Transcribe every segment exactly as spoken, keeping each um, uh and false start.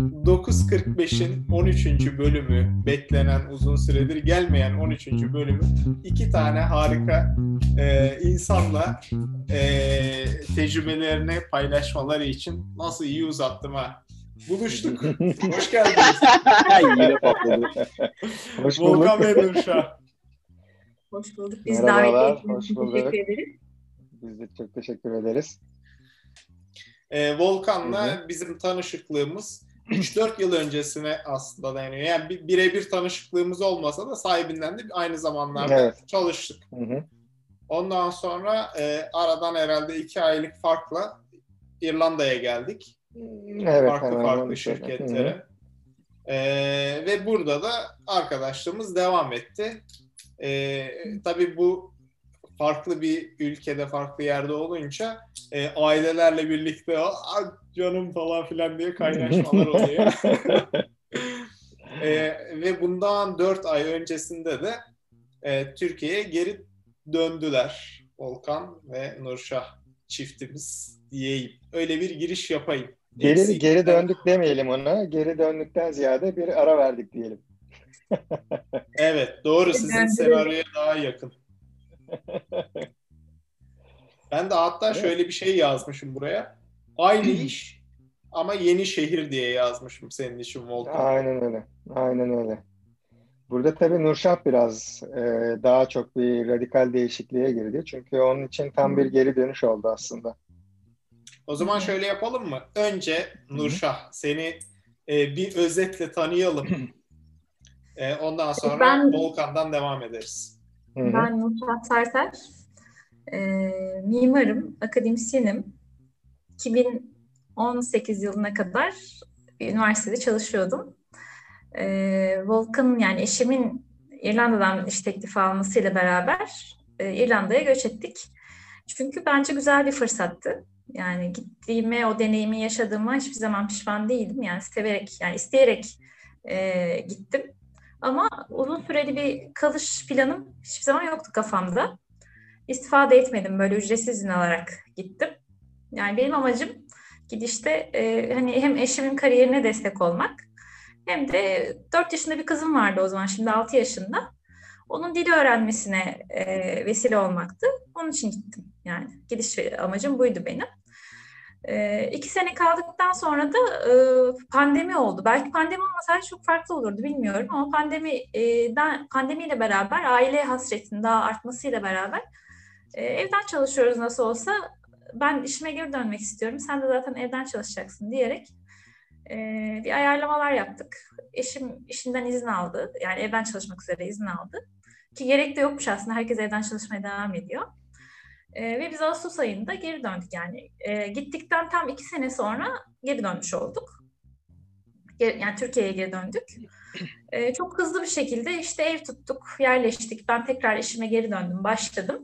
dokuz kırk beşin on üçüncü bölümü, beklenen, uzun süredir gelmeyen on üçüncü bölümü iki tane harika e, insanla e, tecrübelerini paylaşmaları için nasıl iyi uzattım ha. Buluştuk. Hoş geldiniz. Yine patladı. Hoş Volkan bulduk. ve Nurşah. Hoş bulduk. Biz Merhabalar, davet ettiğiniz hoş için bulduk. teşekkür ederiz. Biz de çok teşekkür ederiz. E, Volkan'la Hı hı. bizim tanışıklığımız üç dört yıl öncesine aslında dayanıyor. Yani bir- birebir tanışıklığımız olmasa da sahibinden de aynı zamanlarda Evet. çalıştık. Hı hı. Ondan sonra e, aradan herhalde iki aylık farkla İrlanda'ya geldik. Evet, farklı hemen farklı onu söyle. Hı hı. şirketlere. E, ve burada da arkadaşlığımız devam etti. E, tabii bu farklı bir ülkede, farklı yerde olunca e, ailelerle birlikte "Aa, canım" falan filan diye kaynaşmalar oluyor. e, ve bundan dört ay öncesinde de e, Türkiye'ye geri döndüler Volkan ve Nurşah çiftimiz diyeyim. Öyle bir giriş yapayım. Geri, Eksiği- geri döndük demeyelim ona. Geri döndükten ziyade bir ara verdik diyelim. Evet, doğru. Sizin Döndürüldük. senaryoya daha yakın. Ben de hatta Evet. şöyle bir şey yazmışım buraya. Aynı iş ama yeni şehir diye yazmışım senin için Volkan. Aynen öyle. Aynen öyle. Burada tabii Nurşah biraz e, daha çok bir radikal değişikliğe girdi. Çünkü onun için tam bir geri dönüş oldu aslında. O zaman şöyle yapalım mı? Önce Nurşah seni e, bir özetle tanıyalım. E, ondan sonra Ben- Volkan'dan devam ederiz. Hı hı. Ben Nurşah Serter. Ee, mimarım, akademisyenim. iki bin on sekiz yılına kadar bir üniversitede çalışıyordum. Ee, Volkan'ın yani eşimin İrlanda'dan iş teklifi almasıyla beraber e, İrlanda'ya göç ettik. Çünkü bence güzel bir fırsattı. Yani gittiğime, o deneyimi yaşadığıma hiçbir zaman pişman değilim. Yani severek, yani isteyerek e, gittim. Ama uzun süreli bir kalış planım hiçbir zaman yoktu kafamda. İstifade etmedim, böyle ücretsiz izin alarak gittim. Yani benim amacım gidişte e, hani hem eşimin kariyerine destek olmak hem de dört yaşında bir kızım vardı o zaman, şimdi altı yaşında. Onun dili öğrenmesine e, vesile olmaktı. Onun için gittim. Yani gidiş amacım buydu benim. E, iki sene kaldıktan sonra da e, pandemi oldu. Belki pandemi olmasaydı çok farklı olurdu, bilmiyorum. Ama pandemiden, pandemiyle beraber aile hasretinin daha artmasıyla beraber e, evden çalışıyoruz nasıl olsa. Ben işime geri dönmek istiyorum. Sen de zaten evden çalışacaksın diyerek e, bir ayarlamalar yaptık. Eşim işinden izin aldı. Yani evden çalışmak üzere izin aldı. Ki gerek de yokmuş aslında. Herkes evden çalışmaya devam ediyor. E, ve biz Ağustos ayında geri döndük yani. E, gittikten tam iki sene sonra geri dönmüş olduk. Yani Türkiye'ye geri döndük. E, çok hızlı bir şekilde işte ev tuttuk, yerleştik. Ben tekrar işime geri döndüm, başladım.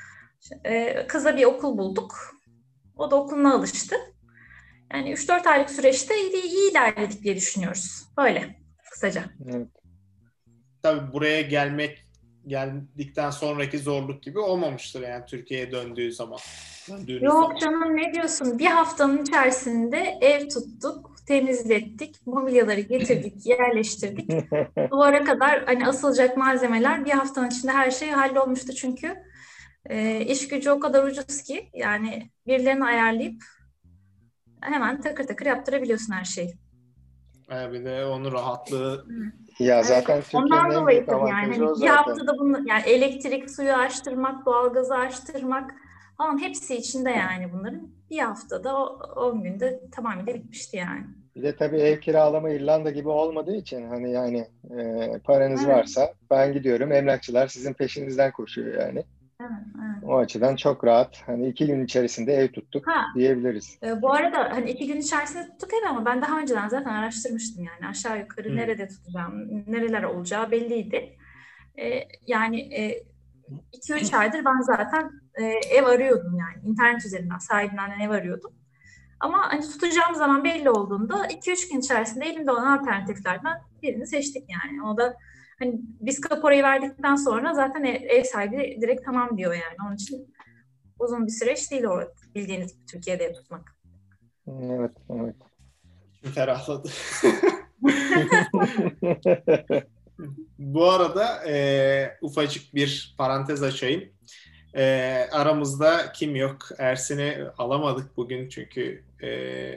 E, kıza bir okul bulduk. O da okuluna alıştı. Yani üç dört aylık süreçte iyi, iyi ilerledik diye düşünüyoruz. Böyle kısaca. Evet. Tabii buraya gelmek geldikten sonraki zorluk gibi olmamıştır yani Türkiye'ye döndüğü zaman. Döndüğünüz Yok zaman. canım, ne diyorsun? Bir haftanın içerisinde ev tuttuk, temizlettik, mobilyaları getirdik, yerleştirdik. Duvara kadar hani asılacak malzemeler, bir haftanın içinde her şey hallolmuştu çünkü e, iş gücü o kadar ucuz ki yani birilerini ayarlayıp hemen takır takır yaptırabiliyorsun her şeyi. E, bir de onun rahatlığı. Ya zaten Evet, Türkiye'nin ondan en dolayı büyük tabii yani avantajı o hani bir zaten. haftada bunu, yani elektrik, suyu açtırmak, doğalgazı açtırmak falan hepsi içinde yani bunların. Bir haftada, on günde tamamıyla bitmişti yani. Bir de tabii ev kiralama İrlanda gibi olmadığı için hani yani e, paranız Evet. varsa ben gidiyorum, emlakçılar sizin peşinizden koşuyor yani. Evet, evet. O açıdan çok rahat. Hani iki gün içerisinde ev tuttuk Ha, diyebiliriz. e, bu arada hani iki gün içerisinde tuttuk evi ama ben daha önceden zaten araştırmıştım yani aşağı yukarı Hmm. nerede tutacağım, nereler olacağı belliydi. E, yani e, iki üç aydır ben zaten e, ev arıyordum yani internet üzerinden sahibinden ev arıyordum. Ama hani tutacağım zaman belli olduğunda iki üç gün içerisinde elimde olan alternatiflerden birini seçtik yani. O da hani biz kaporayı verdikten sonra zaten ev, ev sahibi direkt tamam diyor yani. Onun için uzun bir süreç değil o bildiğiniz Türkiye'de ev tutmak. Evet, evet. ferahladı. Bu arada e, ufacık bir parantez açayım. E, aramızda kim yok? Ersin'i alamadık bugün çünkü e,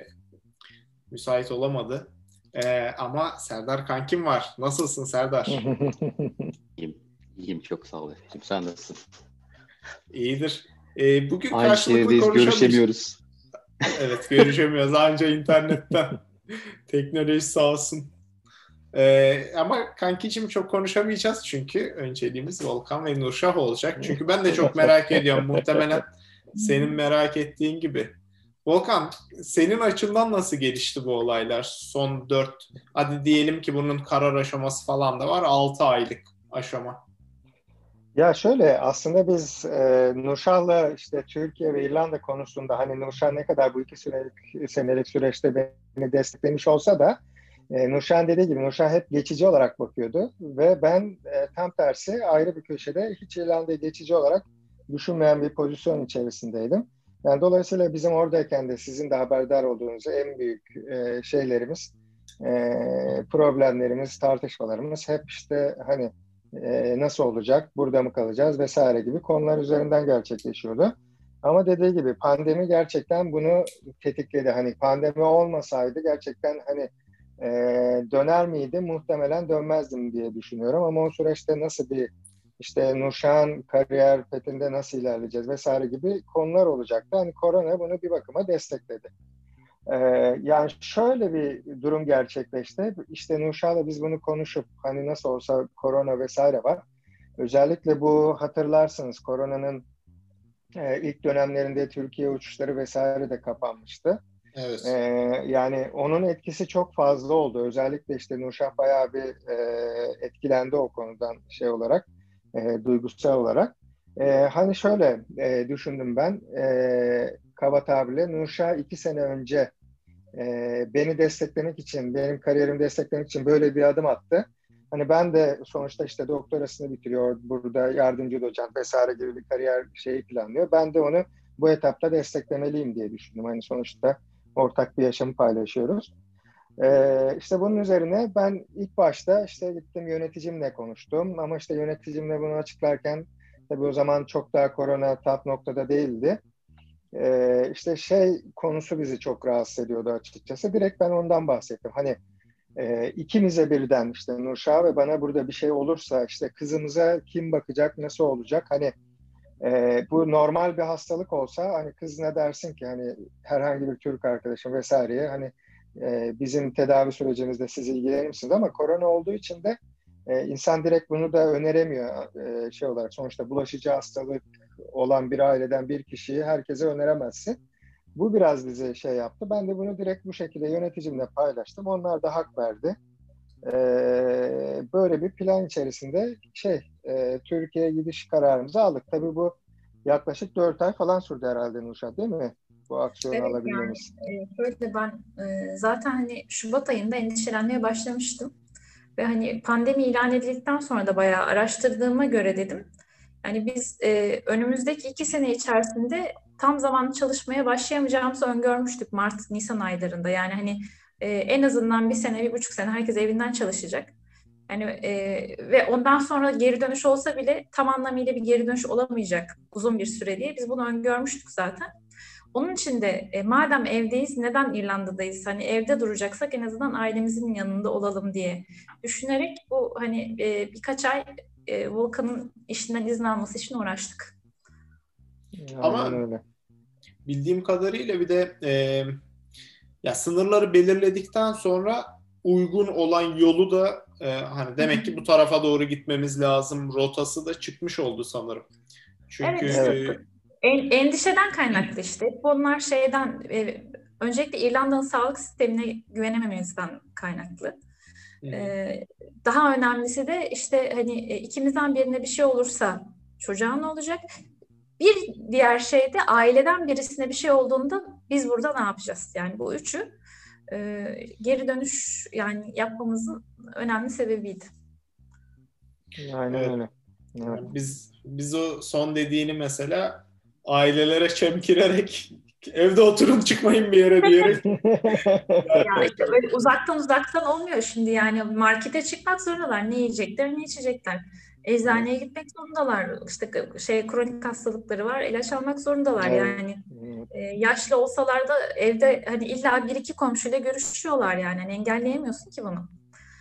müsait olamadı. E, ama Serdar kankim var. Nasılsın Serdar? İyiyim, iyiyim çok sağ ol efendim. Sen nasılsın? İyidir. E, bugün Aynı karşılıklı şehirdeyiz, konuşamayacağız. görüşemiyoruz. Evet, görüşemiyoruz. Anca internetten. Teknoloji sağ olsun. Ee, ama kankicim çok konuşamayacağız çünkü önceliğimiz Volkan ve Nurşah olacak. Çünkü ben de çok merak ediyorum. Muhtemelen senin merak ettiğin gibi. Volkan, senin açından nasıl gelişti bu olaylar? Son dört, hadi diyelim ki bunun karar aşaması falan da var. altı aylık aşama. Ya şöyle aslında biz e, Nurşah'la işte Türkiye ve İrlanda konusunda hani Nurşah ne kadar bu iki senelik, senelik süreçte beni desteklemiş olsa da e, Nurşah'ın dediği gibi Nurşah hep geçici olarak bakıyordu ve ben e, tam tersi ayrı bir köşede hiç İrlanda'yı geçici olarak düşünmeyen bir pozisyon içerisindeydim. Yani dolayısıyla bizim oradayken de sizin de haberdar olduğunuz en büyük e, şeylerimiz, e, problemlerimiz, tartışmalarımız hep işte hani Ee, nasıl olacak, burada mı kalacağız vesaire gibi konular üzerinden gerçekleşiyordu. Ama dediği gibi pandemi gerçekten bunu tetikledi. Hani pandemi olmasaydı gerçekten hani e, döner miydi? Muhtemelen dönmezdim diye düşünüyorum. Ama o süreçte nasıl bir işte Nurşah'ın kariyer petinde nasıl ilerleyeceğiz vesaire gibi konular olacaktı. Hani korona bunu bir bakıma destekledi. Ee, yani şöyle bir durum gerçekleşti. İşte Nurşah'la biz bunu konuşup hani nasıl olsa korona vesaire var. Özellikle bu hatırlarsınız koronanın e, ilk dönemlerinde Türkiye uçuşları vesaire de kapanmıştı. Evet. Ee, yani onun etkisi çok fazla oldu. Özellikle işte Nurşah bayağı bir e, etkilendi o konudan şey olarak, e, duygusal olarak. E, hani şöyle e, düşündüm ben, e, kaba tabirle Nurşah iki sene önce e, beni desteklemek için, benim kariyerimi desteklemek için böyle bir adım attı. Hani ben de sonuçta işte doktorasını bitiriyor, burada yardımcı doçent vesaire gibi bir kariyer şeyi planlıyor. Ben de onu bu etapta desteklemeliyim diye düşündüm. Hani sonuçta ortak bir yaşamı paylaşıyoruz. Ee, işte bunun üzerine ben ilk başta işte gittim yöneticimle konuştum. Ama işte yöneticimle bunu açıklarken tabii o zaman çok daha korona tap noktada değildi. Ee, işte şey konusu bizi çok rahatsız ediyordu açıkçası. Direkt ben ondan bahsettim. Hani e, ikimize birden işte Nurşah ve bana burada bir şey olursa işte kızımıza kim bakacak, nasıl olacak? Hani e, bu normal bir hastalık olsa hani kız ne dersin ki hani herhangi bir Türk arkadaşım vesaireye hani e, bizim tedavi sürecimizde siz ilgilenir misiniz? Ama korona olduğu için de e, insan direkt bunu da öneremiyor e, şey olarak. Sonuçta bulaşıcı hastalık olan bir aileden bir kişiyi herkese öneremezsin. Bu biraz bize şey yaptı. Ben de bunu direkt bu şekilde yöneticimle paylaştım. Onlar da hak verdi. Ee, böyle bir plan içerisinde şey e, Türkiye'ye gidiş kararımızı aldık. Tabii bu yaklaşık dört ay falan sürdü herhalde Nurşat, değil mi? Bu aksiyonu Evet, alabilmemiz. yani e, şöyle ben e, zaten hani Şubat ayında endişelenmeye başlamıştım. Ve hani pandemi ilan edildikten sonra da bayağı araştırdığıma göre dedim. Yani biz e, önümüzdeki iki sene içerisinde tam zamanlı çalışmaya başlayamayacağımızı öngörmüştük Mart, Nisan aylarında. Yani hani e, en azından bir sene, bir buçuk sene herkes evinden çalışacak. Yani e, ve ondan sonra geri dönüş olsa bile tam anlamıyla bir geri dönüş olamayacak uzun bir süre diye biz bunu öngörmüştük zaten. Onun için de e, madem evdeyiz neden İrlanda'dayız? Hani evde duracaksak en azından ailemizin yanında olalım diye düşünerek bu hani e, birkaç ay e, Volkan'ın işinden izin alması için uğraştık. Aynen Ama öyle. bildiğim kadarıyla bir de e, ya sınırları belirledikten sonra uygun olan yolu da e, hani demek ki bu tarafa doğru gitmemiz lazım rotası da çıkmış oldu sanırım. Çünkü Evet, işte Evet. e, en, endişeden kaynaklı işte. Bunlar şeyden e, öncelikle İrlanda'nın sağlık sistemine güvenemememizden kaynaklı. Ee, daha önemlisi de işte hani e, ikimizden birine bir şey olursa çocuğa ne olacak? Bir diğer şey de aileden birisine bir şey olduğunda biz burada ne yapacağız? Yani bu üçü e, geri dönüş yani yapmamızın önemli sebebiydi. Aynen evet, öyle. Evet. yani biz biz o son dediğini mesela ailelere çemkirerek Evde oturun çıkmayın bir yere bir yere. Ya işte öyle uzaktan uzaktan olmuyor şimdi yani markete çıkmak zorundalar. Ne yiyecekler, ne içecekler. Eczaneye gitmek zorundalar. İşte şey kronik hastalıkları var. İlaç almak zorundalar. Evet. Yani e, yaşlı olsalar da evde hani illa bir iki komşuyla görüşüyorlar yani. Hani engelleyemiyorsun ki bunu.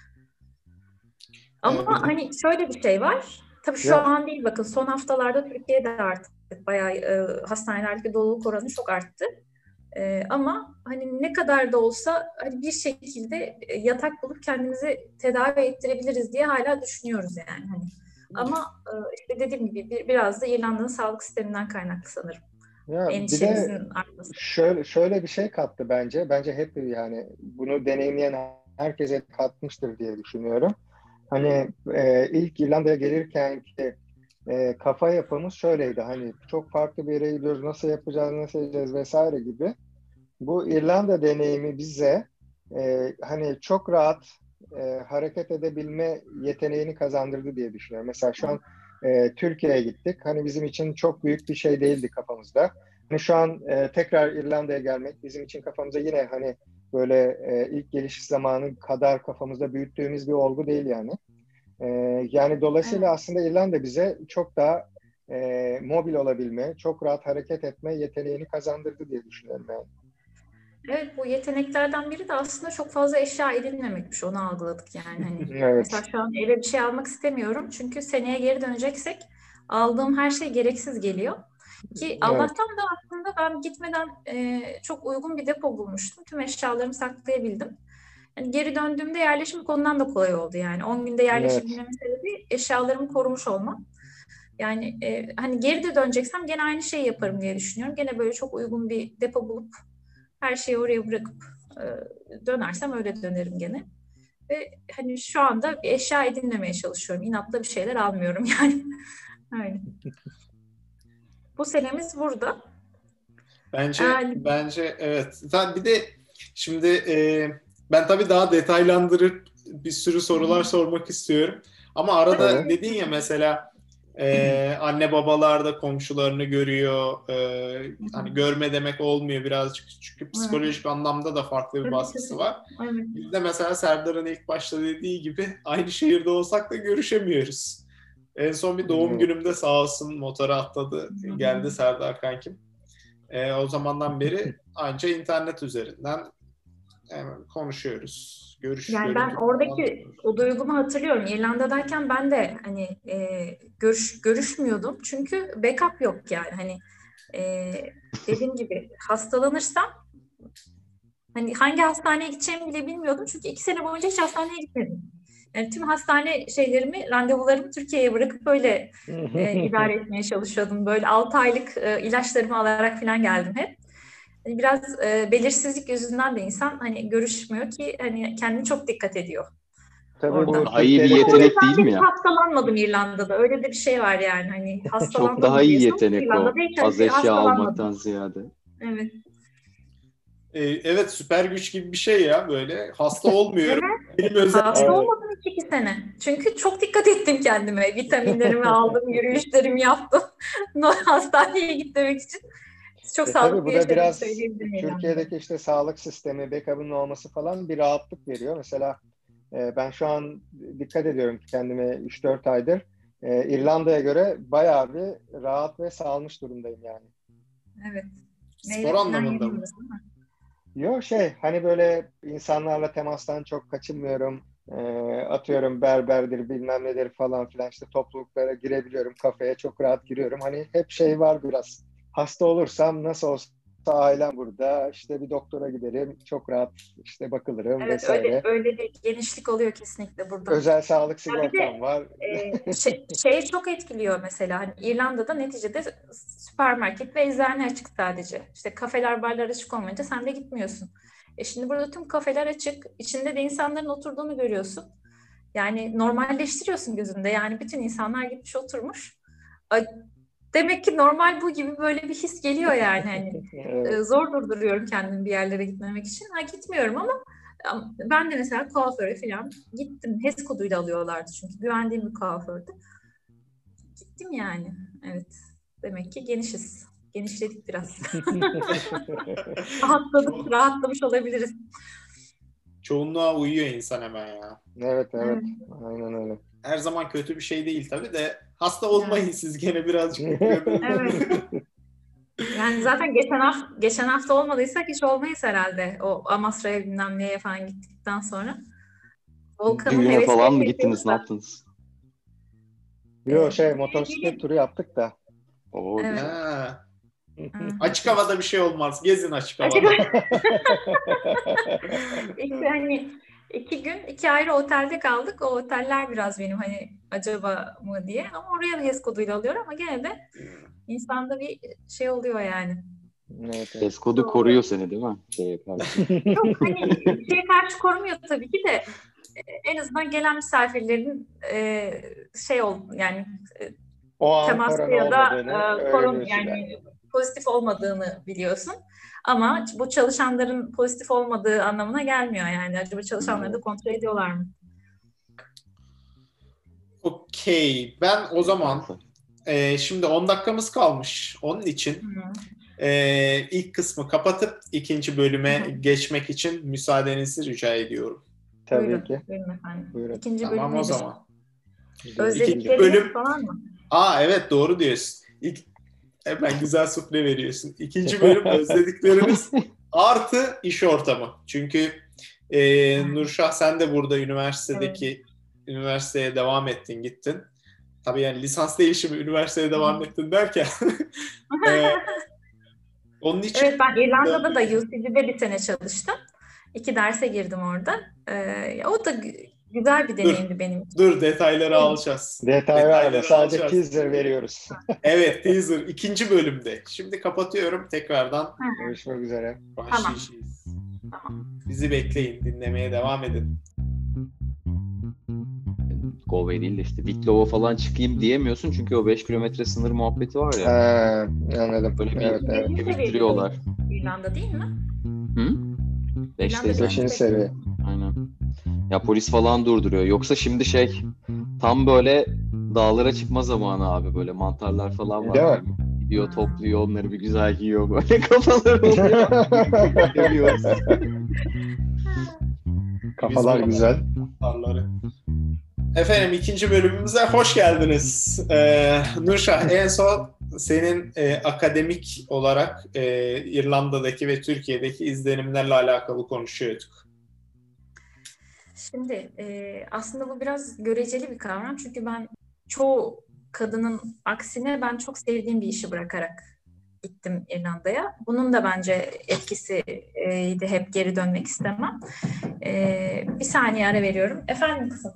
Ama Evet. hani şöyle bir şey var. Tabii şu Ya. an değil bakın son haftalarda Türkiye'de artık bayağı e, hastanelerdeki doluluk oranı çok arttı. E, ama hani ne kadar da olsa hani bir şekilde e, yatak bulup kendimizi tedavi ettirebiliriz diye hala düşünüyoruz yani. Hani. Ama e, işte dediğim gibi bir, biraz da İrlanda'nın sağlık sisteminden kaynaklı sanırım. Ya bir de Endişemizin artması. şöyle şöyle bir şey kattı bence. Bence hep yani bunu deneyimleyen herkese katmıştır diye düşünüyorum. Hani e, ilk İrlanda'ya gelirken ki e, kafa yapımız şöyleydi. Hani çok farklı bir yere gidiyoruz. Nasıl yapacağız, nasıl edeceğiz vesaire gibi. Bu İrlanda deneyimi bize e, hani çok rahat e, hareket edebilme yeteneğini kazandırdı diye düşünüyorum. Mesela şu an e, Türkiye'ye gittik. Hani bizim için çok büyük bir şey değildi kafamızda. Hani şu an e, tekrar İrlanda'ya gelmek bizim için kafamıza yine hani böyle e, ilk geliş zamanı kadar kafamızda büyüttüğümüz bir olgu değil yani. E, yani dolayısıyla Evet. aslında İrlanda bize çok daha e, mobil olabilme, çok rahat hareket etme yeteneğini kazandırdı diye düşünüyorum yani. Evet bu yeteneklerden biri de aslında çok fazla eşya edinmemekmiş. Onu algıladık yani. Hani mesela Evet. şu an eve bir şey almak istemiyorum. Çünkü seneye geri döneceksek aldığım her şey gereksiz geliyor. Ki Evet. Allah'tan da aslında ben gitmeden e, çok uygun bir depo bulmuştum. Tüm eşyalarımı saklayabildim. Yani geri döndüğümde yerleşim konudan da kolay oldu yani. on günde Evet. yerleşebilmemin sebebi eşyalarımı korumuş olmam. Yani e, hani geri de döneceksem gene aynı şeyi yaparım diye düşünüyorum. Gene böyle çok uygun bir depo bulup her şeyi oraya bırakıp e, dönersem öyle dönerim gene. Ve hani şu anda bir eşya edinmemeye çalışıyorum. İnatla bir şeyler almıyorum yani. Öyle. Bu senemiz burada. Bence Yani, bence evet. Zaten bir de şimdi e, ben tabii daha detaylandırıp bir sürü sorular sormak istiyorum. Ama arada Tabii. dedin ya mesela e, anne babalar da komşularını görüyor. E, hani görme demek olmuyor birazcık çünkü evet. psikolojik anlamda da farklı bir Tabii, baskısı tabii. var. Evet. Biz de mesela Serdar'ın ilk başta dediği gibi aynı şehirde olsak da görüşemiyoruz. En son bir doğum Evet. günümde sağ olsun motora atladı geldi Serdar kankim. E, o zamandan beri anca internet üzerinden e, konuşuyoruz. Görüş, Yani ben görüntü falan. oradaki o duygumu hatırlıyorum. İrlanda'dayken ben de hani e, görüş görüşmüyordum. Çünkü backup yok yani. Hani e, dediğim gibi hastalanırsam hani hangi hastaneye gideceğimi bile bilmiyordum. Çünkü iki sene boyunca hiç hastaneye gitmedim. Yani tüm hastane şeylerimi, randevularımı Türkiye'ye bırakıp böyle e, idare etmeye çalışıyordum. Böyle altı aylık e, ilaçlarımı alarak falan geldim hep. Hani biraz e, belirsizlik yüzünden de insan hani görüşmüyor ki hani kendine çok dikkat ediyor Tabii orada. bu Daha iyi bir Türkiye'deki O yetenek yüzden değil de mi hiç ya? hastalanmadım İrlanda'da. Öyle de bir şey var yani. Hani Çok hastalandım daha mı iyi diyorsan yetenek o. İrlanda'dayken Az eşya hastalanmadım. almaktan ziyade. Evet. E, evet süper güç gibi bir şey ya böyle. Hasta olmuyorum. Evet. Benim özel Hasta Aynen. olmadım hiç iki sene. Çünkü çok dikkat ettim kendime. Vitaminlerimi aldım, yürüyüşlerimi yaptım. Hastaneye gitmemek için. Çok E tabii sağlıklı bu da yaşadığımı biraz söyleyebilirim İrlanda'da. Türkiye'deki işte sağlık sistemi, backup'ın olması falan bir rahatlık veriyor. Mesela e, ben şu an dikkat ediyorum kendime üç dört aydır. E, İrlanda'ya göre bayağı bir rahat ve sağlıklı durumdayım yani. Evet. spor Meyve falan anlamında mı? yemiyoruz değil mi? Yo şey hani böyle insanlarla temastan çok kaçınmıyorum. E, atıyorum berberdir bilmem nedir falan filan işte topluluklara girebiliyorum. Kafeye çok rahat giriyorum. Hani hep şey var biraz. Hasta olursam nasıl olsa ailem burada. İşte bir doktora giderim. Çok rahat işte bakılırım Evet öyle vesaire. öyle bir genişlik oluyor kesinlikle burada. Özel sağlık Ya bir sigortam de var. e, şey, şey çok etkiliyor mesela. Hani İrlanda'da neticede süpermarket ve eczane açık sadece. İşte kafeler, barlar açık olmayınca sen de gitmiyorsun. E şimdi burada tüm kafeler açık. İçinde de insanların oturduğunu görüyorsun. Yani normalleştiriyorsun gözünde. Yani bütün insanlar gitmiş oturmuş. Ay, demek ki normal bu gibi böyle bir his geliyor yani. Hani e, Evet. zor durduruyorum kendimi bir yerlere gitmemek için. Ha gitmiyorum ama ama ben de mesela kuaföre falan gittim. HES koduyla alıyorlardı çünkü güvendiğim bir kuafördü. Gittim yani. Evet. Demek ki genişiz. genişledik biraz. Rahatladık, rahatlamış olabiliriz. Çoğunluğa uyuyor insan hemen ya. Evet, evet. Aynen öyle. Her zaman kötü bir şey değil tabii de hasta olmayın Evet. siz gene birazcık dikkat edin. Evet. Yani zaten geçen hafta, geçen hafta olmadıysak hiç olmayız herhalde. O Amasra'ya bilmem neye falan gittikten sonra. Volkan'ın Düğüne hevesleri falan mı gittiniz? çekiyorsa. Ne yaptınız? Yo şey Ee, motosiklet turu yaptık da. Oo, Evet. güzel. Ha, Hı. açık havada bir şey olmaz. Gezin açık Açık havada. İşte hani iki gün iki ayrı otelde kaldık. O oteller biraz benim hani acaba mı diye. Ama oraya da HES koduyla alıyor ama gene de insanda bir şey oluyor yani. Evet, evet. HES kodu koruyor seni değil mi? Şeye karşı. Yok hani şeye karşı korumuyor tabii ki de e, en azından gelen misafirlerin e, şey ol yani e, O an teması korona ya da olmadığını e, korum öğreniyorsun yani yani. pozitif olmadığını biliyorsun. Ama bu çalışanların pozitif olmadığı anlamına gelmiyor yani. Acaba çalışanları da kontrol ediyorlar mı? Okey. Ben o zaman e, şimdi on dakikamız kalmış. Onun için Hı. e, ilk kısmı kapatıp ikinci bölüme Hı hı. geçmek için müsaadenizi rica ediyorum. Tabii Buyurun, ki. buyurun efendim. Buyurun. İkinci Tamam bölüm o nedir? zaman. İkinci Özledikleriniz bölüm. falan mı? Aa evet doğru diyorsun. İlk, hemen güzel sufle veriyorsun. İkinci bölüm özledikleriniz artı iş ortamı. Çünkü e, Nurşah sen de burada üniversitedeki üniversiteye devam ettin, gittin. Tabii yani lisans değişimi üniversiteye devam ettin derken e, onun için Evet, ben İrlanda'da da U C D'de bir sene çalıştım. İki derse girdim orada. Ee, o da gü- güzel bir dur, deneyimdi benim için. dur detayları alacağız. Detay verme. Detayları Sadece alacağız. teaser veriyoruz. Evet teaser ikinci bölümde. Şimdi kapatıyorum tekrardan Görüşmek üzere. başlayacağız. Tamam. Bizi bekleyin, dinlemeye devam edin. Galway değil de işte Wicklow'a falan çıkayım diyemiyorsun çünkü o beş kilometre sınır muhabbeti var ya. Ha, anladım. Böyle bir Evet, evet. Beşinci seviye biriktiriyorlar. İrlanda değil mi? Hı? Beşteyiz İrlanda aynen. Beşinci seviye. Aynen. Ya polis falan durduruyor. Yoksa şimdi şey tam böyle dağlara çıkma zamanı abi, böyle mantarlar falan var. Değil mi? Böyle gidiyor topluyor onları bir güzel yiyor böyle kafaları oluyor. Geliyoruz. Kafalar Biz bu- güzel. Tarları. Efendim ikinci bölümümüze hoş geldiniz. Ee, Nurşah en son senin e, akademik olarak e, İrlanda'daki ve Türkiye'deki izlenimlerle alakalı konuşuyorduk. Şimdi e, aslında bu biraz göreceli bir kavram. Çünkü ben çoğu kadının aksine ben çok sevdiğim bir işi bırakarak gittim İrlanda'ya. Bunun da bence etkisi e, de hep geri dönmek istemem. E, bir saniye ara veriyorum. Efendim kızım.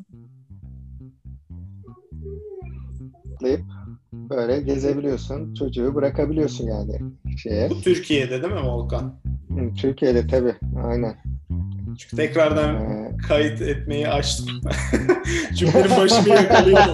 Atlayıp böyle gezebiliyorsun. Çocuğu bırakabiliyorsun yani şeye. Bu Türkiye'de değil mi Volkan? Hı, Türkiye'de tabii. Aynen. Çünkü tekrardan Ee, kayıt etmeyi açtım. Çünkü benim başımı yakalıyor.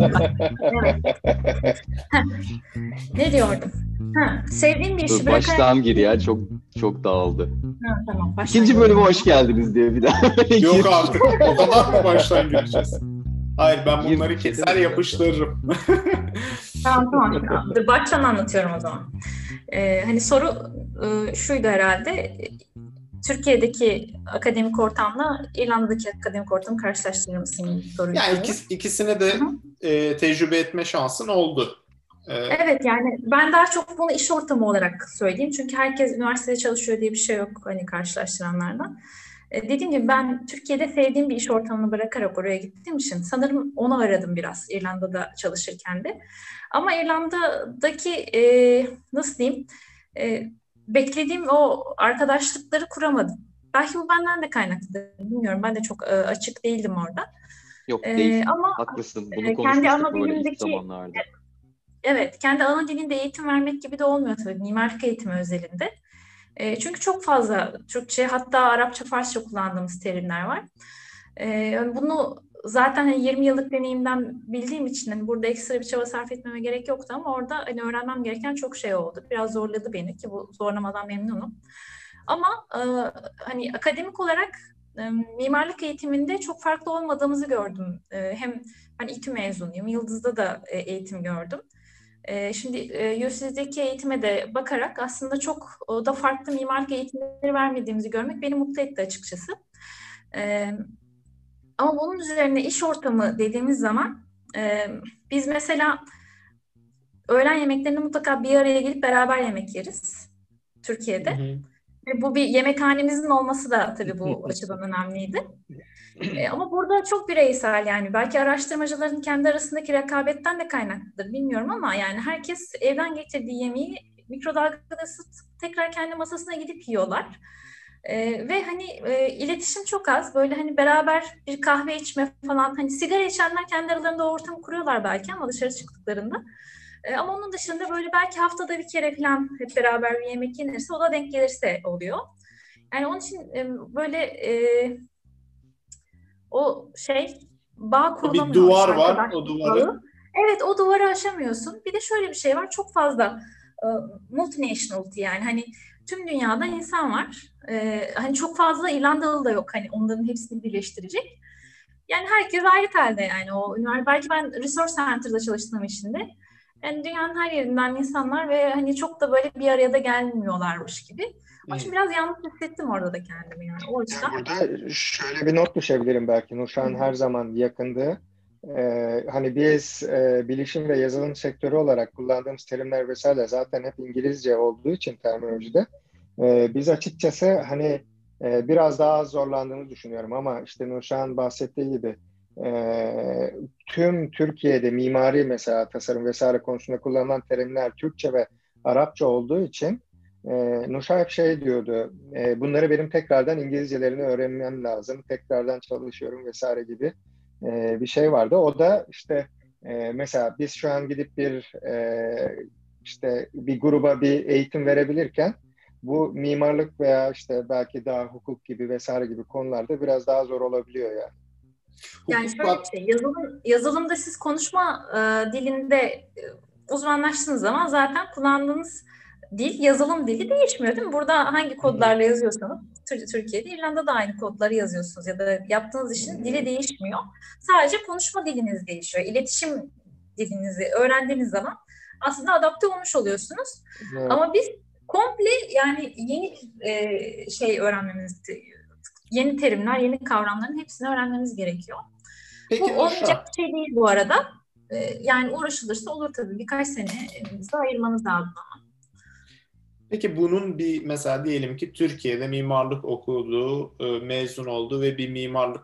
Ne diyordum? Ha, sevdiğim bir işi Dur, bırakarak... baştan gir ya, çok çok dağıldı. Ha, tamam, baştan İkinci bölüme giriyorum. hoş geldiniz diye bir daha. Yok artık. O kadar mı baştan gireceğiz? Hayır ben bunları Gir, keser keselim yapıştırırım. Tamam tamam. Şimdi, dur, baştan anlatıyorum o zaman. Ee, hani soru e, şuydu herhalde. Türkiye'deki akademik ortamla İrlanda'daki akademik ortamı karşılaştırır mısın soruydu. Yani ikis, ikisini de e, tecrübe etme şansın oldu. E, Evet yani ben daha çok bunu iş ortamı olarak söyleyeyim. Çünkü herkes üniversitede çalışıyor diye bir şey yok hani karşılaştıranlardan. E, dediğim gibi ben Türkiye'de sevdiğim bir iş ortamını bırakarak oraya gittiğim için sanırım onu aradım biraz İrlanda'da çalışırken de. Ama İrlanda'daki e, nasıl diyeyim e, beklediğim o arkadaşlıkları kuramadım. Belki bu benden de kaynaklı. Bilmiyorum. Ben de çok e, açık değildim orada. Yok E, değil. ama Haklısın. e, Bunu kendi konuşmuştuk ana böyle ilk dilimdeki zamanlarda. evet kendi ana dilinde eğitim vermek gibi de olmuyor tabii mimarlık eğitimi özelinde. E, çünkü çok fazla Türkçe hatta Arapça, Farsça kullandığımız terimler var. E, bunu zaten hani yirmi yıllık deneyimden bildiğim için hani burada ekstra bir çaba sarf etmeme gerek yoktu ama orada hani öğrenmem gereken çok şey oldu. Biraz zorladı beni ki bu zorlamadan memnunum. Ama e, hani akademik olarak e, mimarlık eğitiminde çok farklı olmadığımızı gördüm. E, hem ben İTÜ mezunuyum, Yıldız'da da e, eğitim gördüm. E, şimdi e, U C D'deki eğitime de bakarak aslında çok da farklı mimarlık eğitimleri vermediğimizi görmek beni mutlu etti açıkçası. E, ama bunun üzerine iş ortamı dediğimiz zaman e, biz mesela öğlen yemeklerini mutlaka bir araya gelip beraber yemek yeriz Türkiye'de. Hı hı. Ve bu bir yemekhanemizin olması da tabii bu açıdan önemliydi. E, ama burada çok bireysel, yani belki araştırmacıların kendi arasındaki rekabetten de kaynaklıdır bilmiyorum ama yani herkes evden getirdiği yemeği mikrodalgada ısıtıp tekrar kendi masasına gidip yiyorlar. E, ve hani e, iletişim çok az, böyle hani beraber bir kahve içme falan, hani sigara içenler kendi aralarında o ortamı kuruyorlar belki ama dışarı çıktıklarında. E, ama onun dışında böyle belki haftada bir kere falan hep beraber bir yemek yenirse, o da denk gelirse oluyor. Yani onun için e, böyle e, o şey bağ kurulamıyor. Bir duvar var, o duvarı. Evet, o duvarı aşamıyorsun. Bir de şöyle bir şey var, çok fazla e, multinationality, yani hani tüm dünyada insan var. E, hani çok fazla İrlandalı da yok, hani onların hepsini birleştirecek. Yani herkes ayrı telde, yani o üniversite. Belki ben Resource Center'da çalıştığım için de yani dünyanın her yerinden insanlar ve hani çok da böyle bir araya da gelmiyorlarmış gibi. Onun için biraz yanlış hissettim orada da kendimi yani. O yüzden. Burada şöyle bir not düşebilirim belki. Nurşah'ın her zaman yakındığı. Ee, hani biz e, bilişim ve yazılım sektörü olarak kullandığımız terimler vesaire zaten hep İngilizce olduğu için terminolojide. E, biz açıkçası hani e, biraz daha zorlandığını düşünüyorum ama işte Nurşah'ın bahsettiği gibi e, tüm Türkiye'de mimari mesela tasarım vesaire konusunda kullanılan terimler Türkçe ve Arapça olduğu için e, Nurşah hep şey diyordu, e, bunları benim tekrardan İngilizcelerini öğrenmem lazım, tekrardan çalışıyorum vesaire gibi e, bir şey vardı. O da işte e, mesela biz şu an gidip bir e, işte bir gruba bir eğitim verebilirken bu mimarlık veya işte belki daha hukuk gibi vesaire gibi konularda biraz daha zor olabiliyor yani. Yani şöyle bir şey, yazılım, yazılımda siz konuşma e, dilinde e, uzmanlaştığınız zaman zaten kullandığınız dil, yazılım dili değişmiyor değil mi? Burada hangi kodlarla yazıyorsanız, Türkiye'de, İrlanda'da aynı kodları yazıyorsunuz ya da yaptığınız işin dili değişmiyor. Sadece konuşma diliniz değişiyor. İletişim dilinizi öğrendiğiniz zaman aslında adapte olmuş oluyorsunuz. Evet. Ama biz komple yani yeni e, şey öğrenmemiz, yeni terimler, yeni kavramların hepsini öğrenmemiz gerekiyor. Peki, bu olmayacak bir şey değil bu arada. Ee, yani uğraşılırsa olur tabii. Birkaç sene bize ayırmanız lazım ama. Peki bunun bir, mesela diyelim ki Türkiye'de mimarlık okuduğu, mezun oldu ve bir mimarlık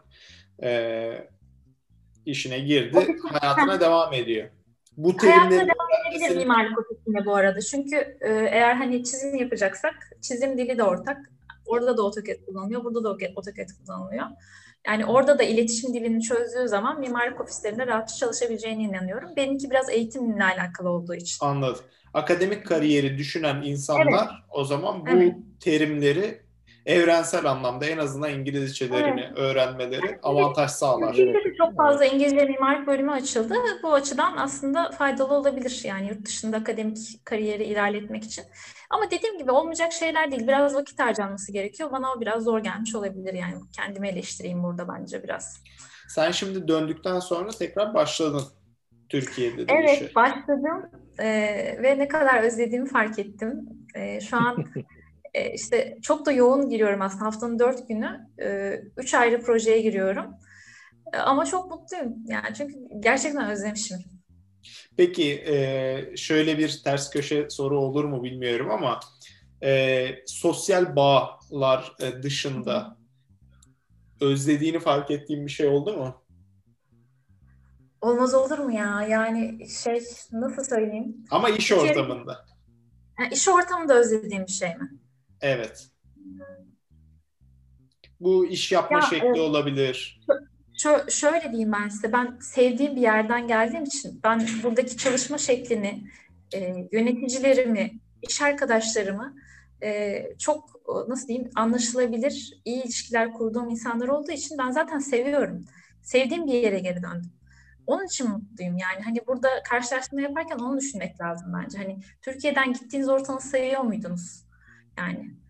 e, işine girdi, hayatına devam ediyor. Bu terimleri hayatına devam edebilir mimarlık ofisinde bu arada. Çünkü e, eğer hani çizim yapacaksak, çizim dili de ortak. Orada da AutoCAD kullanılıyor, burada da AutoCAD kullanılıyor. Yani orada da iletişim dilini çözdüğü zaman mimarlık ofislerinde rahatça çalışabileceğine inanıyorum. Benimki biraz eğitimle alakalı olduğu için. Anladım. Akademik kariyeri düşünen insanlar evet. o zaman bu evet. terimleri evrensel anlamda en azından İngilizcelerini evet. öğrenmeleri yani avantaj sağlar. Türkiye'de çok fazla İngilizce mimarlık bölümü açıldı. Bu açıdan aslında faydalı olabilir yani yurt dışında akademik kariyeri ilerletmek için. Ama dediğim gibi olmayacak şeyler değil. Biraz vakit harcanması gerekiyor. Bana o biraz zor gelmiş olabilir yani. Kendimi eleştireyim burada bence biraz. Sen şimdi döndükten sonra tekrar başladın Türkiye'de de evet, işe. Evet başladım ee, ve ne kadar özlediğimi fark ettim. Ee, şu an e, işte çok da yoğun giriyorum aslında. Haftanın dört günü. E, üç ayrı projeye giriyorum. E, ama çok mutluyum. Yani çünkü gerçekten özlemişim. Peki e, şöyle bir ters köşe soru olur mu bilmiyorum ama e, sosyal bağlar e, dışında özlediğini fark ettiğin bir şey oldu mu? Olmaz olur mu ya? Yani şey nasıl söyleyeyim? Ama iş ortamında. Yani iş ortamında özlediğim bir şey mi? Evet. Bu iş yapma ya, şekli evet. olabilir. Şö- şöyle diyeyim ben size. Ben sevdiğim bir yerden geldiğim için ben buradaki çalışma şeklini, e, yöneticilerimi, iş arkadaşlarımı e, çok nasıl diyeyim anlaşılabilir, iyi ilişkiler kurduğum insanlar olduğu için ben zaten seviyorum. Sevdiğim bir yere geri döndüm. Onun için mutluyum yani. Hani burada karşılaştırma yaparken onu düşünmek lazım bence. Hani Türkiye'den gittiğiniz ortamı seviyor muydunuz? Yani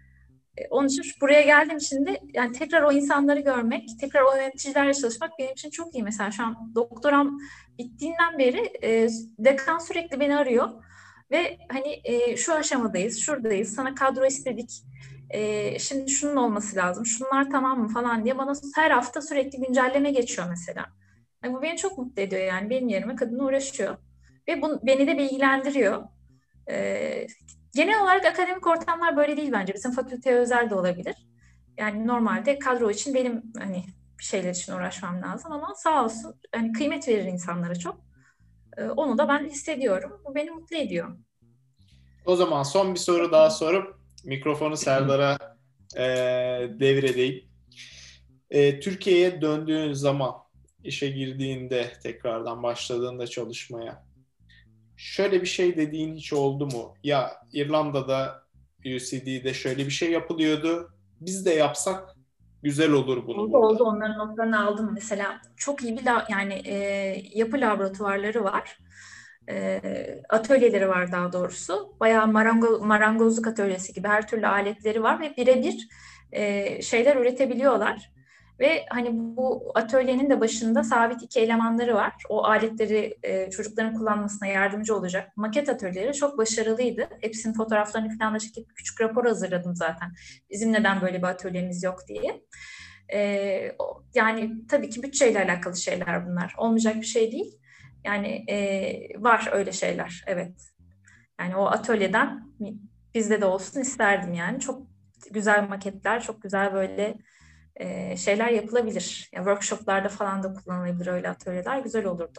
Onun için buraya geldiğim için de yani tekrar o insanları görmek, tekrar o yöneticilerle çalışmak benim için çok iyi. Mesela şu an doktoram bittiğinden beri e, dekan sürekli beni arıyor ve hani e, şu aşamadayız, şuradayız, sana kadro istedik, e, şimdi şunun olması lazım, şunlar tamam mı falan diye bana her hafta sürekli güncelleme geçiyor mesela. Yani bu beni çok mutlu ediyor, yani benim yerime kadın uğraşıyor ve bu beni de bilgilendiriyor. E, Genel olarak akademik ortamlar böyle değil bence. Bizim fakülteye özel de olabilir. Yani normalde kadro için benim hani bir şeyler için uğraşmam lazım ama sağ olsun hani kıymet verir insanlara çok. Ee, onu da ben hissediyorum. Bu beni mutlu ediyor. O zaman son bir soru daha sorup mikrofonu Serdar'a e, devredeyim. E, Türkiye'ye döndüğün zaman, işe girdiğinde, tekrardan başladığında çalışmaya, şöyle bir şey dediğin hiç oldu mu? Ya İrlanda'da U C D'de şöyle bir şey yapılıyordu. Biz de yapsak güzel olur bunu Oldu burada. oldu, onların notlarını aldım. Mesela çok iyi bir la, yani e, yapı laboratuvarları var. E, atölyeleri var daha doğrusu. Bayağı marango, marangozluk atölyesi gibi her türlü aletleri var ve birebir e, şeyler üretebiliyorlar. Ve hani bu atölyenin de başında sabit iki elemanları var. O aletleri e, çocukların kullanmasına yardımcı olacak. Maket atölyeleri çok başarılıydı. Hepsinin fotoğraflarını falan da çekip küçük rapor hazırladım zaten. Bizim neden böyle bir atölyemiz yok diye. Ee, yani tabii ki bütçeyle alakalı şeyler bunlar. Olmayacak bir şey değil. Yani e, var öyle şeyler, evet. Yani o atölyeden bizde de olsun isterdim yani. Çok güzel maketler, çok güzel böyle e, şeyler yapılabilir. Yani workshoplarda falan da kullanılabilir öyle atölyeler. Güzel olurdu.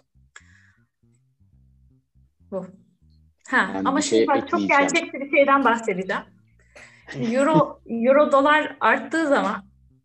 Bu. Ha, Ben ama bir şey şimdi bak çok ekleyeceğim. gerçekçi bir şeyden bahsedeceğim. Euro, Euro dolar arttığı zaman,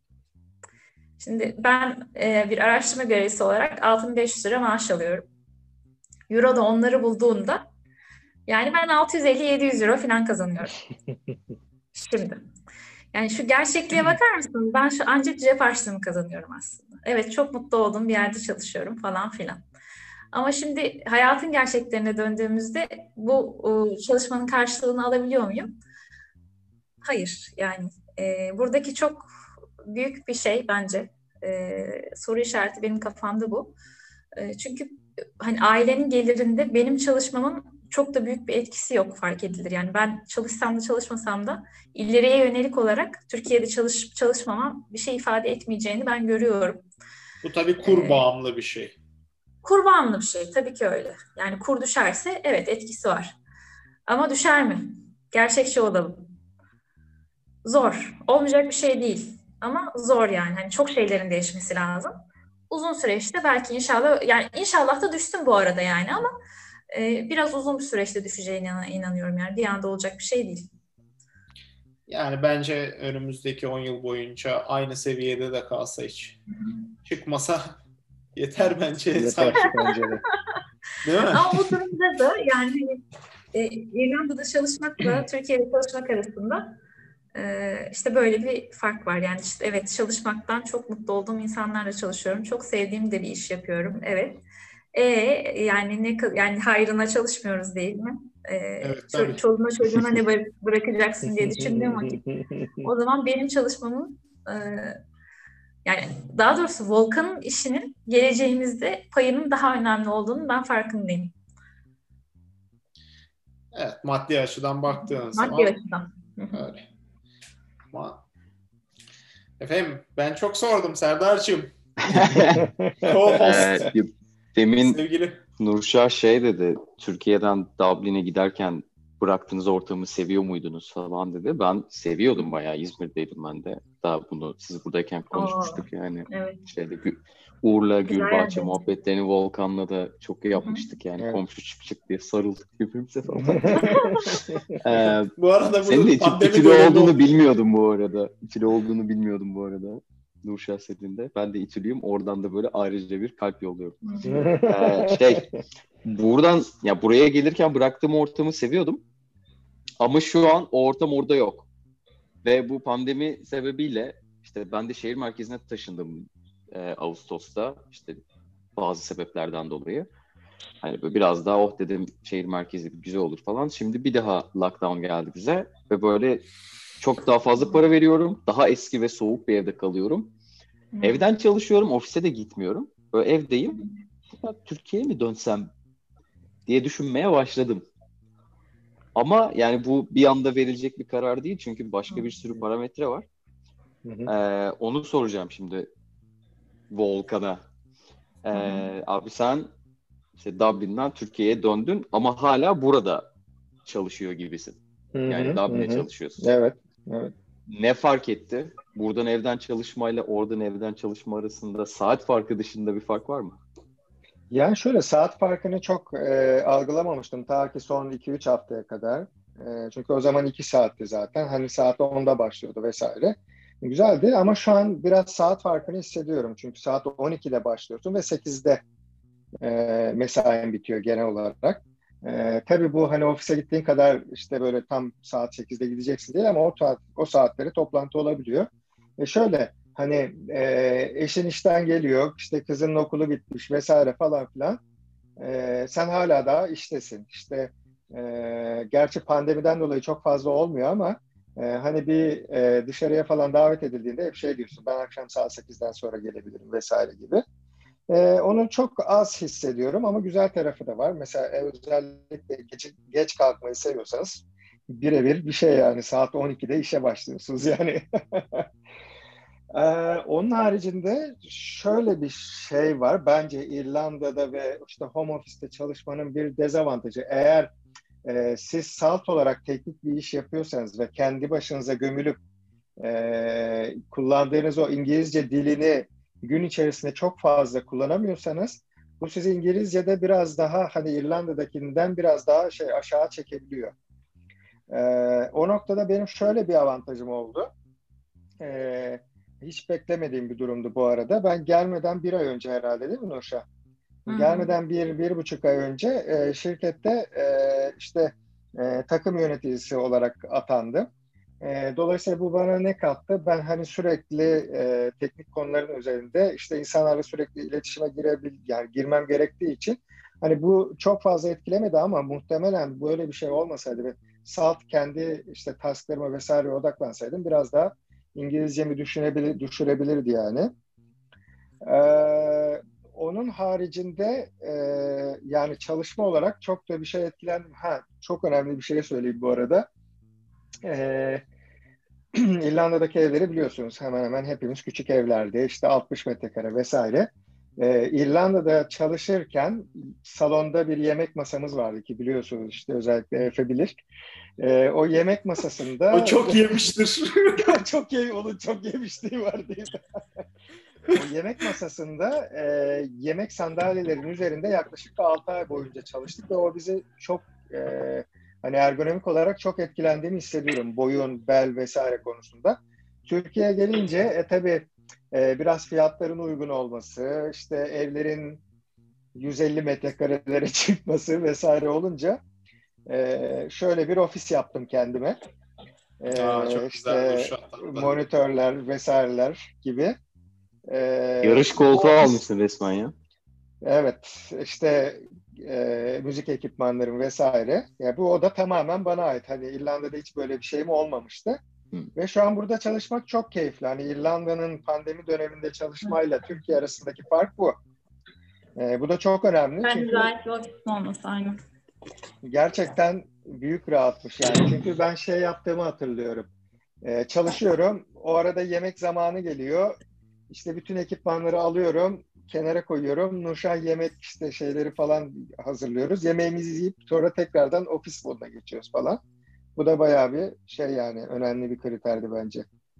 şimdi ben e, bir araştırma görevlisi olarak altı bin beş yüz lira maaş alıyorum. Euro da onları bulduğunda yani ben altı yüz elli yedi yüz euro falan kazanıyorum. Şimdi. Yani şu gerçekliğe bakar mısın? Ben şu ancak cep harçlığımı kazanıyorum aslında. Evet, çok mutlu olduğum bir yerde çalışıyorum falan filan. Ama şimdi hayatın gerçeklerine döndüğümüzde bu çalışmanın karşılığını alabiliyor muyum? Hayır. Yani e, buradaki çok büyük bir şey bence. E, soru işareti benim kafamda bu. E, çünkü hani ailenin gelirinde benim çalışmamın çok da büyük bir etkisi yok, fark edilir. Yani ben çalışsam da çalışmasam da ileriye yönelik olarak Türkiye'de çalışıp çalışmamam bir şey ifade etmeyeceğini ben görüyorum. Bu tabii kur Ee, bağımlı bir şey. Kur bağımlı bir şey, tabii ki öyle. Yani kur düşerse evet etkisi var. Ama düşer mi? Gerçekçi olalım. Zor. Olmayacak bir şey değil. Ama zor yani. Hani çok şeylerin değişmesi lazım. Uzun süreçte belki inşallah, yani inşallah da düşsün bu arada yani, ama e, biraz uzun bir süreçte düşeceğine inanıyorum yani. Bir anda olacak bir şey değil. Yani bence önümüzdeki on yıl boyunca aynı seviyede de kalsa hiç çıkmasa yeter bence. Yeter bence de. Değil mi? Ama o durumda da yani e, İrlanda'da çalışmakla Türkiye'de çalışmak arasında e, işte böyle bir fark var. Yani işte evet, çalışmaktan çok mutlu olduğum insanlarla çalışıyorum. Çok sevdiğim de bir iş yapıyorum. Evet. E yani ne yani hayrına çalışmıyoruz değil mi? E, Evet, ço- tabii. çoluğuna çocuğuna ne bırakacaksın diye düşündüğüm vakit o zaman benim çalışmamın e, yani daha doğrusu Volkan'ın işinin geleceğimizde payının daha önemli olduğunu ben farkındayım. Evet, maddi açıdan baktığın Maddi zaman açıdan. öyle. Ama efendim ben çok sordum Serdar'cığım. Co-host. Ee, demin Sevgili. Nurşah şey dedi, Türkiye'den Dublin'e giderken bıraktığınız ortamı seviyor muydunuz falan dedi. Ben seviyordum bayağı, İzmir'deydim ben de. Daha bunu siz buradayken konuşmuştuk yani. Evet. Şeyde Gü- Uğur'la Güzel Gülbahçe yani. muhabbetlerini Volkan'la da çok yapmıştık yani. Evet. Komşu çık çık diye sarıldık birbirimize falan. ee, Bu arada senin de bu İTÜ, pandemi İTÜ'lü dönemi olduğunu oldu. bilmiyordum bu arada. İTÜ'lü olduğunu bilmiyordum bu arada. Nurşah Sedin'de. Ben de İTÜ'lüyüm. Oradan da böyle ayrıca bir kalp yolluyorum. Ee, şey buradan ya buraya gelirken bıraktığım ortamı seviyordum. Ama şu an o ortam orada yok. Ve bu pandemi sebebiyle işte ben de şehir merkezine taşındım e, Ağustos'ta, işte bazı sebeplerden dolayı. Hani böyle biraz daha oh dedim, şehir merkezi güzel olur falan. Şimdi bir daha lockdown geldi bize ve böyle çok daha fazla para veriyorum. Daha eski ve soğuk bir evde kalıyorum. Hı. Evden çalışıyorum. Ofise de gitmiyorum. Böyle evdeyim. Ya, Türkiye'ye mi dönsem diye düşünmeye başladım. Ama yani bu bir anda verilecek bir karar değil. Çünkü başka bir sürü parametre var. Hı hı. Ee, onu soracağım şimdi Volkan'a. Ee, Hı hı. abi sen işte Dublin'den Türkiye'ye döndün ama hala burada çalışıyor gibisin. Hı Yani hı, hı Dublin'e hı. çalışıyorsun. Evet, evet. Ne fark etti? Buradan evden çalışmayla oradan evden çalışma arasında saat farkı dışında bir fark var mı? Yani şöyle saat farkını çok e, algılamamıştım ta ki son iki üç haftaya kadar. E, çünkü o zaman iki saatti zaten. Hani saat onda başlıyordu vesaire. Güzeldi ama şu an biraz saat farkını hissediyorum. Çünkü saat on ikide başlıyorsun ve sekizde e, mesain bitiyor genel olarak. E, tabii bu hani ofise gittiğin kadar işte böyle tam saat sekizde gideceksin değil ama o saat, o saatleri toplantı olabiliyor. E şöyle hani e, eşin işten geliyor, işte kızının okulu bitmiş vesaire falan filan. E, sen hala daha iştesin. İşte e, gerçi pandemiden dolayı çok fazla olmuyor ama e, hani bir e, dışarıya falan davet edildiğinde hep şey diyorsun, ben akşam saat sekizden sonra gelebilirim vesaire gibi. Ee, onu çok az hissediyorum ama güzel tarafı da var. Mesela e, özellikle geç, geç kalkmayı seviyorsanız birebir bir şey yani saat on ikide işe başlıyorsunuz yani. Ee, onun haricinde şöyle bir şey var. Bence İrlanda'da ve işte home office'te çalışmanın bir dezavantajı. Eğer e, siz salt olarak teknik bir iş yapıyorsanız ve kendi başınıza gömülüp e, kullandığınız o İngilizce dilini gün içerisinde çok fazla kullanamıyorsanız bu sizi İngilizce'de biraz daha hani İrlanda'dakinden biraz daha şey aşağı çekebiliyor. E, o noktada benim şöyle bir avantajım oldu. E, hiç beklemediğim bir durumdu bu arada. Ben gelmeden bir ay önce herhalde değil mi Nurşah? Hı hı. Gelmeden bir, bir buçuk ay önce e, şirkette e, işte e, takım yöneticisi olarak atandım. E, dolayısıyla bu bana ne kattı? Ben hani sürekli e, teknik konuların üzerinde işte insanlarla sürekli iletişime girebil, yani girmem gerektiği için hani bu çok fazla etkilemedi ama muhtemelen böyle bir şey olmasaydı ve salt kendi işte tasklarıma vesaire odaklansaydım biraz daha İngilizcemi düşünebilir, düşürebilirdi yani. Ee, onun haricinde e, yani çalışma olarak çok da bir şey etkilendim. Ha, çok önemli bir şey söyleyeyim bu arada. Ee, İrlanda'daki evleri biliyorsunuz hemen hemen hepimiz küçük evlerde işte altmış metrekare vesaire. Ee, İrlanda'da çalışırken salonda bir yemek masamız vardı ki biliyorsunuz işte özellikle Efe bilir. Ee, o yemek O masasında çok yemiştir. çok iyi onun çok yemişliği var değil mi? O yemek masasında e, yemek sandalyelerinin üzerinde yaklaşık altı ay boyunca çalıştık ve o bizi çok e, hani ergonomik olarak çok etkilendiğimi hissediyorum. Boyun, bel vesaire konusunda. Türkiye'ye gelince e, tabii e, biraz fiyatların uygun olması, işte evlerin yüz elli metrekarelere çıkması vesaire olunca e, şöyle bir ofis yaptım kendime. Aa, E, çok güzel dur işte şu an tatlı. monitörler vesaireler gibi. Ee, Yarış bu koltuğu ofis, almışsın resmen ya. evet işte e, müzik ekipmanlarım vesaire. Ya bu oda tamamen bana ait. Hani İrlanda'da hiç böyle bir şeyim olmamıştı. Hı. Ve şu an burada çalışmak çok keyifli. Hani İrlanda'nın pandemi döneminde çalışmayla Türkiye arasındaki fark bu. E, bu da çok önemli Bence çünkü gayet bir vakit olması aynı. gerçekten büyük rahatmış yani. Çünkü ben şey yaptığımı hatırlıyorum. E, çalışıyorum. O arada yemek zamanı geliyor. İşte bütün ekipmanları alıyorum, kenara koyuyorum. Nurşah yemek işte şeyleri falan hazırlıyoruz. Yemeğimizi yiyip sonra tekrardan ofis moduna geçiyoruz falan. Bu da bayağı bir şey yani önemli bir kriterdi bence.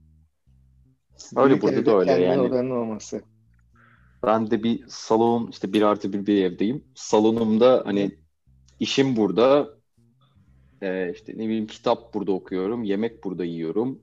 Öyle Büyük burada da evde öyle kendi yani. odanın olması. Ben de bir salon işte bir artı bir bir evdeyim. Salonumda Hı. hani işim burada, e, işte ne bileyim kitap burada okuyorum, yemek burada yiyorum,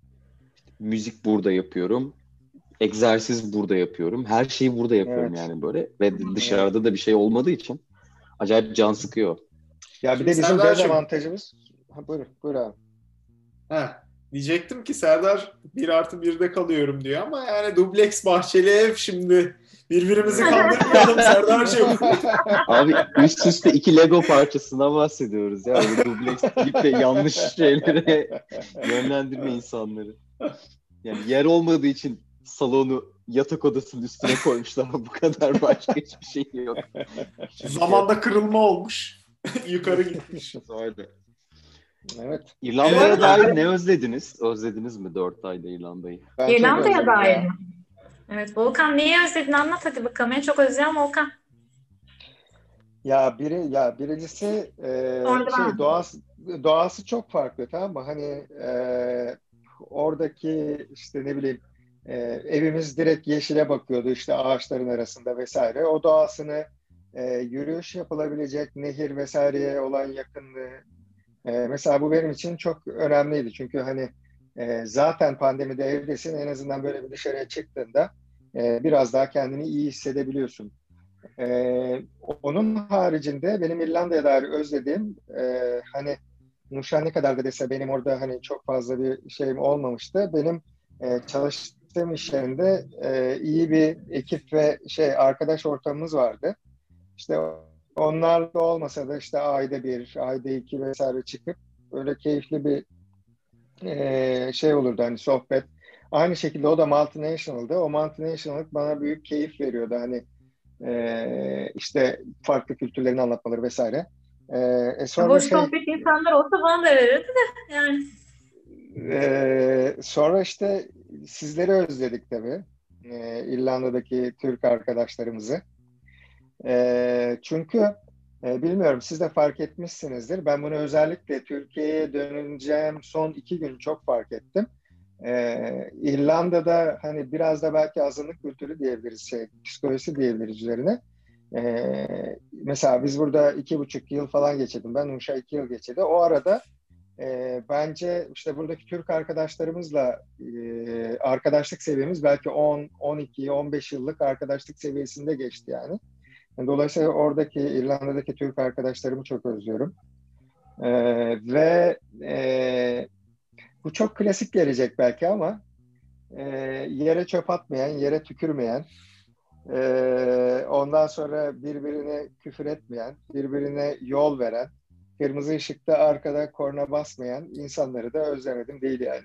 müzik burada yapıyorum, egzersiz burada yapıyorum. Her şeyi burada yapıyorum Evet, yani böyle ve evet. dışarıda da bir şey olmadığı için acayip can sıkıyor. Ya bir Şimdi de bizim Serdar'cığım, dezavantajımız. Ha, buyur, buyur abi. heh, diyecektim ki Serdar bir artı birde kalıyorum diyor ama yani dubleks bahçeli ev şimdi Birbirimizi kandırmayalım Serdar'cığım. Abi üst üste iki Lego parçasından bahsediyoruz ya. Öyle dubleks deyip de yanlış şeylere yönlendirme insanları. Yani yer olmadığı için salonu yatak odasının üstüne koymuşlar. Bu kadar, başka hiçbir şey yok. Zamanda kırılma olmuş. Yukarı gitmiş. Öyle. Evet. İrlanda'ya Evet. dair ne özlediniz? Özlediniz mi dört ayda İrlanda'yı? Ben çok İrlanda'ya özledim dair ya. mi? Evet, Volkan neyi özledin, anlat hadi bakalım. En çok özleyen Volkan. Ya biri ya birincisi e, Sonra şey ben. doğası doğası çok farklı, tamam mı? Hani e, oradaki işte ne bileyim e, evimiz direkt yeşile bakıyordu, işte ağaçların arasında vesaire. O doğasını e, yürüyüş yapılabilecek nehir vesaireye olan yakınlığı, e, mesela bu benim için çok önemliydi. Çünkü hani e, zaten pandemide evdesin, en azından böyle bir dışarıya çıktığında e, biraz daha kendini iyi hissedebiliyorsun. Ee, onun haricinde benim İrlanda'ya dair özlediğim, e, hani Nurşen ne kadar da dese benim orada hani çok fazla bir şeyim olmamıştı. Benim e, çalıştığım iş yerinde e, iyi bir ekip ve şey arkadaş ortamımız vardı. İşte onlar da olmasa da işte ayda bir, ayda iki vesaire çıkıp öyle keyifli bir e, şey olurdu, hani sohbet. Aynı şekilde o da multinational'dı. O multinational'lık bana büyük keyif veriyordu. Hani Ee, işte farklı kültürlerini anlatmaları vesaire. Ee, e sonra Boş şey sohbet insanlar olsa bana da verirdi de yani. e, sonra işte sizleri özledik tabii. Ee, İrlanda'daki Türk arkadaşlarımızı. Ee, çünkü e, bilmiyorum, siz de fark etmişsinizdir. Ben bunu özellikle Türkiye'ye döneceğim son iki gün çok fark ettim. Ee, İrlanda'da hani biraz da belki azınlık kültürü diyebiliriz, şey, psikolojisi diyebiliriz üzerine. Ee, mesela biz burada iki buçuk yıl falan geçirdim. Ben Uşa iki yıl geçirdi. O arada e, bence işte buradaki Türk arkadaşlarımızla e, arkadaşlık seviyemiz belki on, on iki, on beş yıllık arkadaşlık seviyesinde geçti yani. Dolayısıyla oradaki İrlanda'daki Türk arkadaşlarımı çok özlüyorum. Ee, ve e, bu çok klasik gelecek belki ama e, yere çöp atmayan, yere tükürmeyen, e, ondan sonra birbirine küfür etmeyen, birbirine yol veren, kırmızı ışıkta arkada korna basmayan insanları da özlemedim değil yani.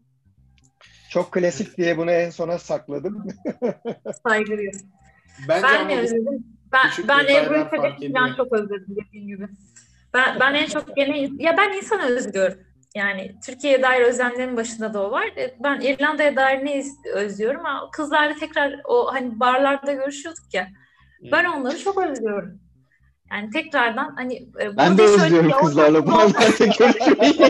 Çok klasik diye bunu en sona sakladım. Saygı duyuyorum. Bence Ben ama de bu özledim. Ben, küçük ben detaylar Ebru'yu fark falan ediyor. çok özledim dediğim gibi. Ben, ben en çok gene ya ben insan özlüyorum. Yani Türkiye'ye dair özlemlerin başında da o var. E, Ben İrlanda'ya dair ne iz- özlüyorum? Ama kızlarla tekrar o hani barlarda görüşüyorduk ya. Ben onları çok özlüyorum. Yani tekrardan hani e, Ben de burada şöyle özlüyorum bir kızlarla ortam olsa- buralarda görüşmeyi.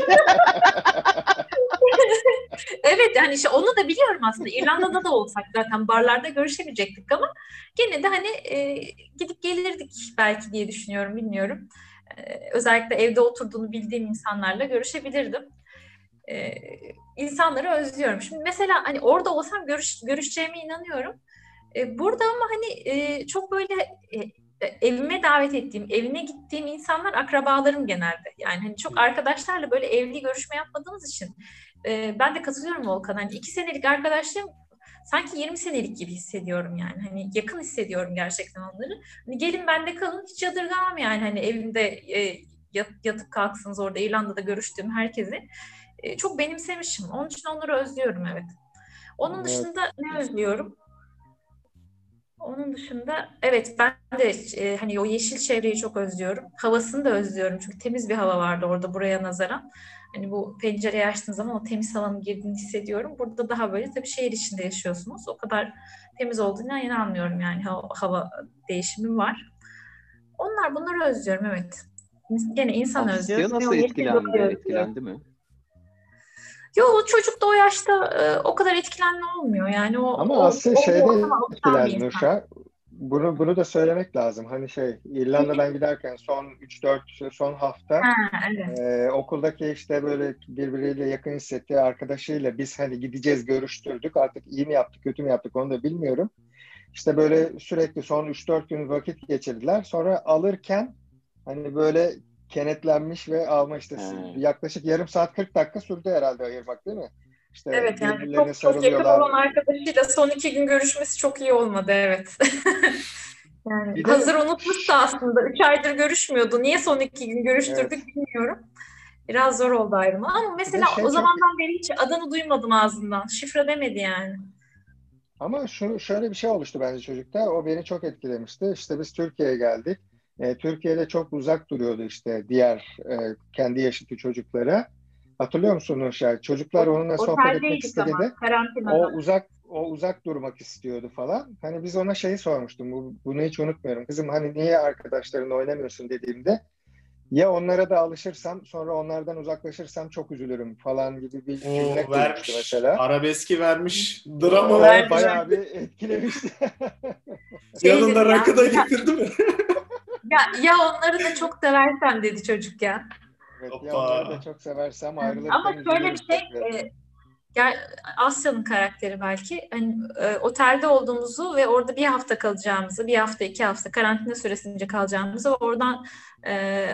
Evet yani işte onu da biliyorum aslında. İrlanda'da da olsak zaten barlarda görüşebilecektik ama gene de hani e, gidip gelirdik belki diye düşünüyorum, bilmiyorum. E, özellikle evde oturduğunu bildiğim insanlarla görüşebilirdim. E, insanları özlüyorum. Şimdi mesela hani orada olsam görüş, görüşeceğime inanıyorum. E, burada ama hani e, çok böyle e, evime davet ettiğim, evine gittiğim insanlar akrabalarım genelde. Yani hani çok arkadaşlarla böyle evli görüşme yapmadığımız için e, ben de katılıyorum Volkan. Hani iki senelik arkadaşlığım sanki yirmi senelik gibi hissediyorum yani. Hani yakın hissediyorum gerçekten onları. Hani gelin bende kalın, hiç yadırgamam yani. Hani evimde e, yat, yatıp kalksınız orada İrlanda'da görüştüğüm herkesi. E, çok benimsemişim. Onun için onları özlüyorum, evet. Onun Evet. dışında ne özlüyorum? Onun dışında evet ben de e, hani o yeşil çevreyi çok özlüyorum. Havasını da özlüyorum çünkü temiz bir hava vardı orada buraya nazaran. Hani bu pencereyi açtığın zaman o temiz havanın girdiğini hissediyorum. Burada daha böyle tabii şehir içinde yaşıyorsunuz. O kadar temiz olduğuna inanmıyorum yani hava, hava değişimi var. Onlar bunları özlüyorum, evet. Gene insan Asya özlüyorum ve o nasıl yeşil doğayı etkilendi? özlüyorum. Etkilendi mi? Yo, o çocuk da o yaşta e, o kadar etkilenme olmuyor. Yani o, Ama o, Asya o bir şeyde ortama alışan bir etkilendi insan. Nuşa. Bunu, bunu da söylemek lazım. Hani şey, İrlanda'dan giderken son üç dört son hafta Ha, evet. e, okuldaki işte böyle birbiriyle yakın hissettiği arkadaşıyla biz hani gideceğiz görüştürdük. Artık iyi mi yaptık kötü mü yaptık onu da bilmiyorum. İşte böyle sürekli son üç dört gün vakit geçirdiler. Sonra alırken hani böyle kenetlenmiş ve alma işte He. yaklaşık yarım saat kırk dakika sürdü herhalde ayırmak, değil mi? İşte Evet yani birbirlerine çok, çok yakın sarılıyorlar. olan arkadaşıyla son iki gün görüşmesi çok iyi olmadı, evet. Yani Bir de hazır unutmuştu aslında. Üç aydır görüşmüyordu. Niye son iki gün görüştürdük evet, bilmiyorum. Biraz zor oldu ayrılma. Ama bir de mesela şey o çok zamandan beri hiç adını duymadım ağzından. Şifre demedi yani. ama şu şöyle bir şey oluştu bence çocukta. O beni çok etkilemişti. İşte biz Türkiye'ye geldik. E, Türkiye'de çok uzak duruyordu işte diğer e, kendi yaşıtı çocuklara. Hatırlıyor musun Nurşah? Çocuklar O, onunla sohbet etmek oteldeydik ama istediğinde o karantinada. uzak o uzak durmak istiyordu falan. Hani biz ona şeyi sormuştum. Bu, bunu hiç unutmuyorum. Kızım hani niye arkadaşlarınla oynamıyorsun dediğimde ya onlara da alışırsam sonra onlardan uzaklaşırsam çok üzülürüm falan gibi bir cümle O kurmuştu vermiş. mesela. Arabeski vermiş. Dramı O vermiş. bayağı bir etkilemişti. Şey Yanında dedi ya, rakı da ya, getirdi mi? ya, ya onları da çok seversen dedi çocuk ya. Evet ya onları da Hoppa. çok seversem Ama ayrılırken şöyle bir üzülürüm şey, çok dedi. e, gel, Asya'nın karakteri belki. Hani, e, otelde olduğumuzu ve orada bir hafta kalacağımızı, bir hafta, iki hafta karantina süresince kalacağımızı ve oradan e,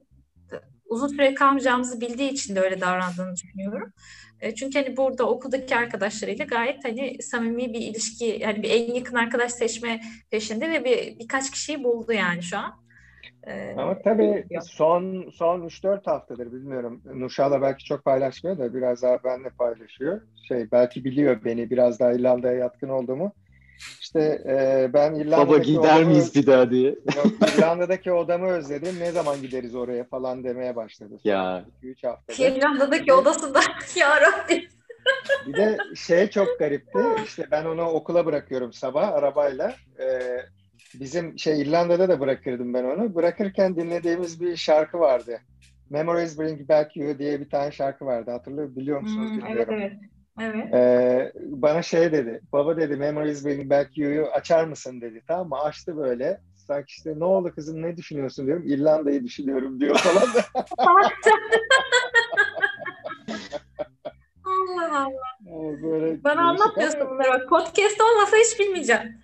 uzun süre kalmayacağımızı bildiği için de öyle davrandığını düşünüyorum. E, çünkü hani burada okuldaki arkadaşlarıyla gayet hani samimi bir ilişki, yani bir en yakın arkadaş seçme peşinde ve bir birkaç kişiyi buldu yani şu an. E, Ama tabii son son üç dört haftadır bilmiyorum. Nurşah'la belki çok paylaşmıyor da biraz daha benimle paylaşıyor. Şey belki biliyor beni biraz daha İrlanda'ya yatkın olduğumu. İşte e, ben Baba İrlanda'daki gider odamı miyiz bir daha diye. yok İrlanda'daki odamı özledim. Ne zaman gideriz oraya falan demeye başladı son Ya iki üç haftadır. Bir İrlanda'daki de, odasında ya Rabbi. bir de şey çok garipti. İşte ben onu okula bırakıyorum sabah arabayla. E, bizim şey İrlanda'da da bırakırdım ben onu. Bırakırken dinlediğimiz bir şarkı vardı. Memories Bring Back You diye bir tane şarkı vardı. Hatırlıyor biliyor musunuz Hmm, evet bilmiyorum. evet. Evet. Ee, bana şey dedi. Baba dedi Memories Bring Back You'yu açar mısın dedi. Tamam mı? Açtı böyle. Sanki işte ne oldu kızım ne düşünüyorsun diyorum. İrlanda'yı düşünüyorum diyor falan. Allah Allah. Böyle Bana değişik ama anlatmıyorsun bunları. Bak, podcast olmasa hiç bilmeyeceğim.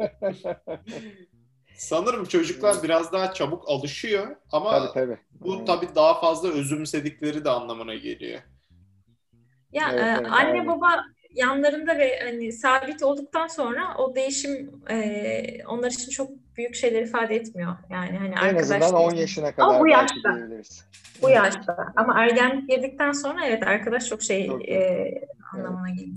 Sanırım çocuklar biraz daha çabuk alışıyor ama tabii tabii. bu tabii daha fazla özümsedikleri de anlamına geliyor. Ya Evet, e, evet, anne aynen. baba yanlarında ve hani sabit olduktan sonra o değişim e, onlar için çok büyük şeyler ifade etmiyor. Yani hani En arkadaş azından on değişimi. yaşına Ama bu kadar belki yaşta. diyebiliriz. Bu Evet, yaşta. Ama ergenlik girdikten sonra evet arkadaş çok şey çok e, yok. Evet, anlamına geliyor.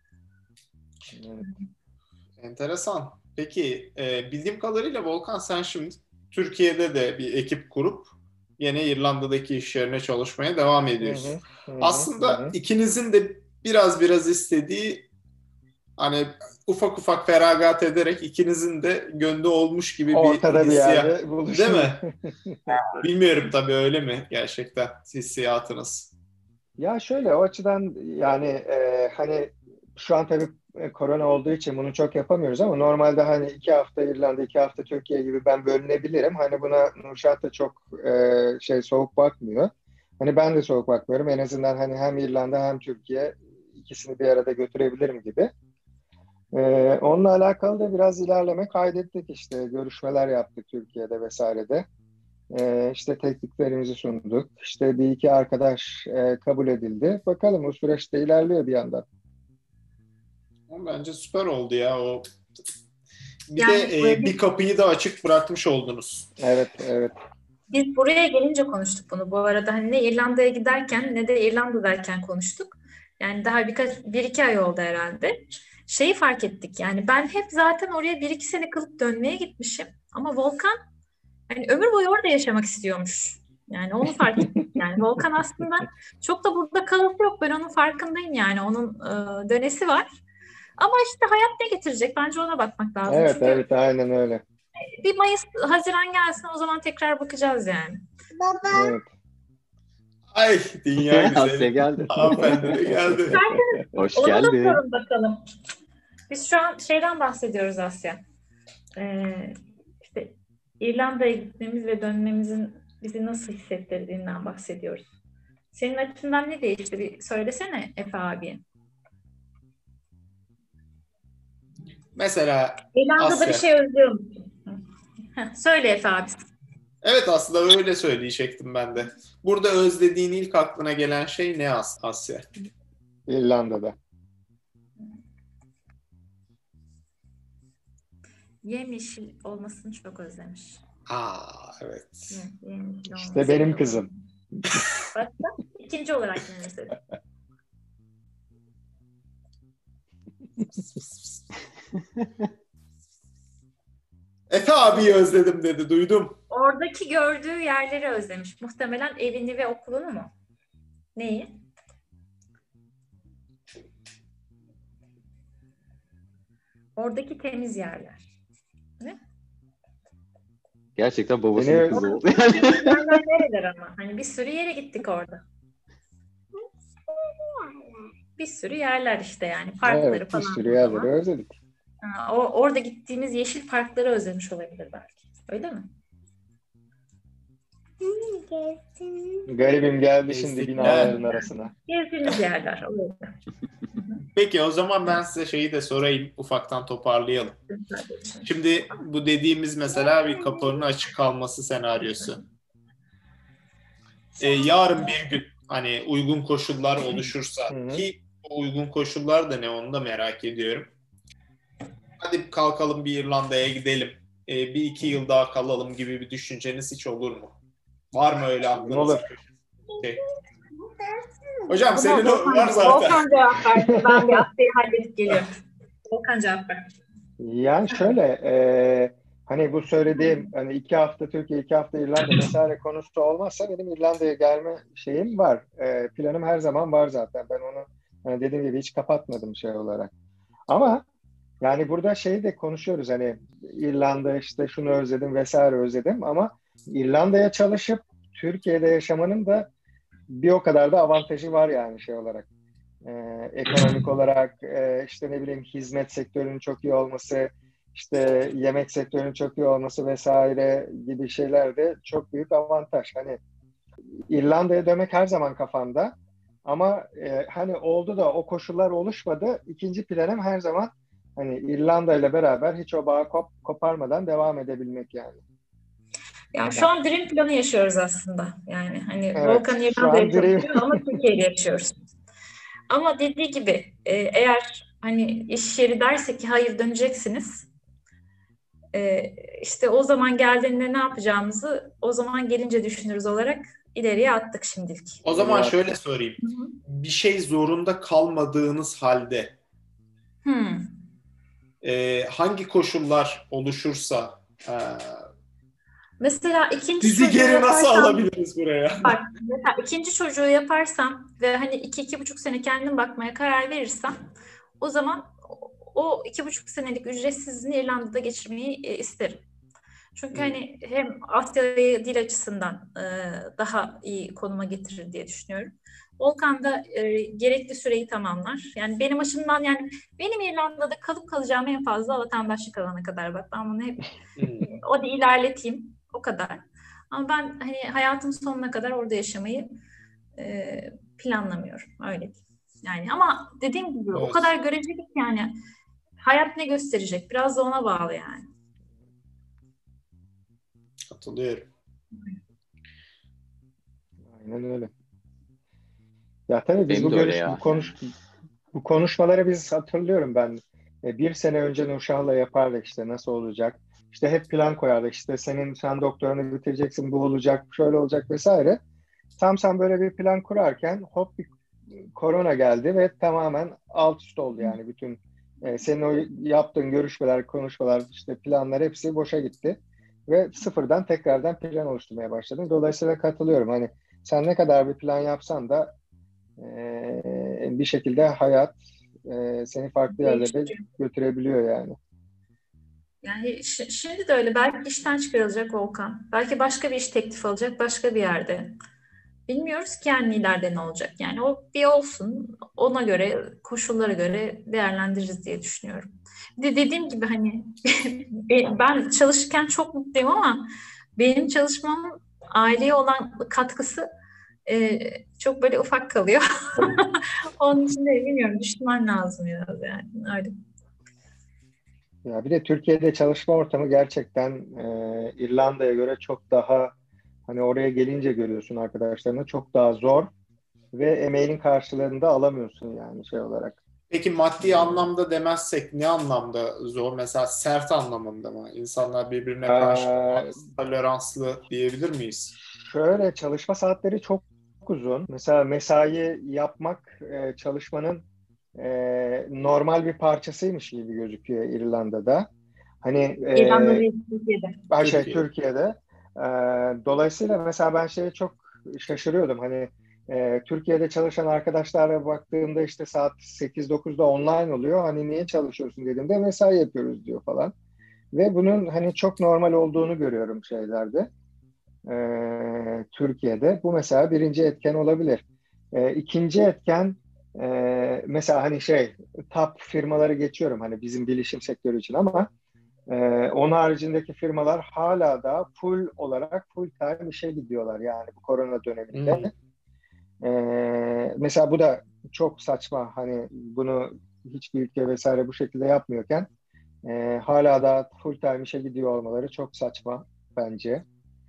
evet. Enteresan. Peki e, bildiğim kadarıyla Volkan sen şimdi Türkiye'de de bir ekip kurup yine İrlanda'daki iş yerine çalışmaya devam Hı ediyorsun. hı, hı hı, Aslında hı. ikinizin de biraz biraz istediği hani ufak ufak feragat ederek ikinizin de gönlü olmuş gibi bir Ortada bir hissiyat. yerde Değil buluşmayı. mi? Bilmiyorum tabii öyle mi gerçekten hissiyatınız? Ya şöyle o açıdan yani e, hani şu an tabii e, korona olduğu için bunu çok yapamıyoruz ama normalde hani iki hafta İrlanda, iki hafta Türkiye gibi ben bölünebilirim. Hani buna Nurşat da çok e, şey soğuk bakmıyor. Hani ben de soğuk bakmıyorum. En azından hani hem İrlanda hem Türkiye ikisini bir arada götürebilirim gibi. E, onunla alakalı da biraz ilerleme kaydettik işte. Görüşmeler yaptık Türkiye'de vesairede. Ee, işte tekliflerimizi sunduk. İşte bir iki arkadaş e, kabul edildi. Bakalım o süreçte ilerliyor bir yandan. Bence süper oldu ya o. Bir de Yani e, e, bir biz, kapıyı da açık bırakmış oldunuz. Evet, evet. biz buraya gelince konuştuk bunu. Bu arada hani ne İrlanda'ya giderken ne de İrlanda'dayken konuştuk. Yani daha birkaç bir iki ay oldu herhalde. Şeyi fark ettik yani ben hep zaten oraya bir iki sene kalıp dönmeye gitmişim. Ama Volkan hani ömür boyu orada yaşamak istiyormuş. Yani onu fark ettik. Yani Volkan aslında çok da burada kalıp yok. Ben onun farkındayım yani. Onun e, dönesi var. Ama işte hayat ne getirecek? Bence ona bakmak lazım. Evet, Çünkü evet, aynen öyle. bir Mayıs, Haziran gelsin o zaman tekrar bakacağız yani. Evet. Ay dünya Asya güzeli. geldi. Hanımefendi de geldi. Hoş Onu da geldin. sorun bakalım. Biz şu an şeyden bahsediyoruz Asya. Ee, işte İrlanda'ya gitmemiz ve dönmemizin bizi nasıl hissettirdiğinden bahsediyoruz. Senin açısından ne değişti? Bir söylesene Efe abi. Mesela İrlanda'da bir Asya. şey özlüyor musun? Heh, söyle Efe abi. Evet aslında öyle söyleyecektim ben de. Burada özlediğin ilk aklına gelen şey ne As- Asya? İrlanda'da. Yemyeşil olmasını çok özlemiş. Aa evet. Evet, yemyeşil İşte olması benim çok kızım. özlemiş. Başka? İkinci olarak ne mesela? Efe abiyi özledim dedi, duydum. Oradaki gördüğü yerleri özlemiş. Muhtemelen evini ve okulunu mu? Neyi? Oradaki temiz yerler. Ne? Gerçekten babasının Beni- kızı oldu. Yerler nereler ama? Hani bir sürü yere gittik orada. Bir sürü yerler işte yani. Parkları Evet, bir falan. sürü o yerleri zaman. özledik. Ha, o, orada gittiğimiz yeşil parkları özlemiş olabilir belki. Öyle mi? Garibim geldi şimdi Gezdik. binaların arasına. Gezdiğimiz yerler. Oluyor. Peki o zaman ben size şeyi de sorayım, ufaktan toparlayalım. Şimdi bu dediğimiz mesela bir kapının açık kalması senaryosu. Ee, yarın bir gün hani uygun koşullar oluşursa, Hı hı. ki o uygun koşullar da ne, onu da merak ediyorum. Hadi kalkalım bir İrlanda'ya gidelim, ee, bir iki yıl daha kalalım gibi bir düşünceniz hiç olur mu? Var mı öyle aklınızda? Olur. Şey. Hocam Buna senin Volkan, var zaten. Volkan cevap versin. Ben bir askeri halledip geliyorum. Volkan cevap ver. Yani şöyle e, hani bu söylediğim hani iki hafta Türkiye, iki hafta İrlanda vesaire konusu olmazsa benim İrlanda'ya gelme şeyim var. E, planım her zaman var zaten. Ben onu hani dediğim gibi hiç kapatmadım şey olarak. Ama yani burada şeyi de konuşuyoruz hani İrlanda işte şunu özledim vesaire özledim ama İrlanda'ya çalışıp Türkiye'de yaşamanın da bir o kadar da avantajı var yani şey olarak. Ee, ekonomik olarak e, işte ne bileyim hizmet sektörünün çok iyi olması, işte yemek sektörünün çok iyi olması vesaire gibi şeyler de çok büyük avantaj. Hani İrlanda'ya dönmek her zaman kafamda ama e, hani oldu da o koşullar oluşmadı. İkinci planım her zaman hani İrlanda ile beraber hiç o bağı kop koparmadan devam edebilmek yani. Yani şu an dream planı yaşıyoruz aslında. Yani hani Evet, Volkan şu İrlanda'ya an dream. çalışıyor ama Türkiye'de yaşıyoruz. Ama dediği gibi e, eğer hani iş yeri derse ki hayır döneceksiniz, e, işte o zaman geldiğinde ne yapacağımızı o zaman gelince düşünürüz olarak ileriye attık şimdilik. O zaman Evet. şöyle sorayım. Hı hı. Bir şey zorunda kalmadığınız halde Hmm. e, hangi koşullar oluşursa e, Mesela ikinci sizi çocuğu geri nasıl yaparsam, alabiliriz buraya? bak mesela ikinci çocuğu yaparsam ve hani iki iki buçuk sene kendim bakmaya karar verirsem o zaman o iki buçuk senelik ücretsizliğini İrlanda'da geçirmeyi e, isterim. Çünkü Hmm. hani hem Asya'yı dil açısından e, daha iyi konuma getirir diye düşünüyorum. Volkan da e, gerekli süreyi tamamlar. Yani benim açımdan yani benim İrlanda'da kalıp kalacağım en fazla vatandaşlık alana kadar bak ben bunu hep Hmm. o da ilerleteyim o kadar. Ama ben hani hayatım sonuna kadar orada yaşamayı e, planlamıyorum öyle diyeyim. Yani ama dediğim gibi Evet. o kadar göreceli ki yani hayat ne gösterecek biraz da ona bağlı yani. Katılıyorum. Aynen öyle. Ya tabii biz Benim bu de öyle görüş, ya. bu konuş, bu konuşmaları biz hatırlıyorum ben. E, Bir sene önce Nurşah'la yapardık işte nasıl olacak. İşte hep plan koyardık. İşte senin sen doktorunu bitireceksin, bu olacak, şöyle olacak vesaire. Tam sen böyle bir plan kurarken hop bir korona geldi ve tamamen alt üst oldu yani bütün e, senin o yaptığın görüşmeler, konuşmalar, işte planlar hepsi boşa gitti ve sıfırdan tekrardan plan oluşturmaya başladın. Dolayısıyla katılıyorum. Hani sen ne kadar bir plan yapsan da e, bir şekilde hayat e, seni farklı yerlere götürebiliyor yani. Yani ş- şimdi de öyle. Belki işten çıkarılacak Volkan. Belki başka bir iş teklifi alacak başka bir yerde. Bilmiyoruz ki yani ileride ne olacak. Yani o bir olsun. Ona göre, koşullara göre değerlendiririz diye düşünüyorum. Bir de dediğim gibi hani be- ben çalışırken çok mutluyum ama benim çalışmamın aileye olan katkısı e, çok böyle ufak kalıyor. Onun için de bilmiyorum. Düşünmem lazım biraz yani. Öyle. Ya bir de Türkiye'de çalışma ortamı gerçekten e, İrlanda'ya göre çok daha hani oraya gelince görüyorsun arkadaşlarına çok daha zor. ve emeğinin karşılığını da alamıyorsun yani şey olarak. Peki maddi anlamda demezsek ne anlamda zor? Mesela sert anlamında mı? İnsanlar birbirine karşı Ee, toleranslı diyebilir miyiz? Şöyle, çalışma saatleri çok uzun. Mesela mesai yapmak e, çalışmanın e, normal bir parçasıymış gibi gözüküyor İrlanda'da. Hani İrlanda e, değil, Türkiye'de. Ay şey Türkiye. Türkiye'de. Ee, dolayısıyla mesela ben şeye çok şaşırıyordum. Hani e, Türkiye'de çalışan arkadaşlarla baktığımda işte saat sekiz dokuzda online oluyor. Hani niye çalışıyorsun dediğimde mesai yapıyoruz diyor falan. Ve bunun hani çok normal olduğunu görüyorum şeylerde. Ee, Türkiye'de. Bu mesela birinci etken olabilir. Ee, ikinci etken e, mesela hani şey top firmaları geçiyorum hani bizim bilişim sektörü için ama ee, onun haricindeki firmalar hala da full olarak full time işe gidiyorlar yani bu korona döneminde. Hmm. Ee, mesela bu da çok saçma hani bunu hiçbir ülke vesaire bu şekilde yapmıyorken e, hala da full time işe gidiyor olmaları çok saçma bence.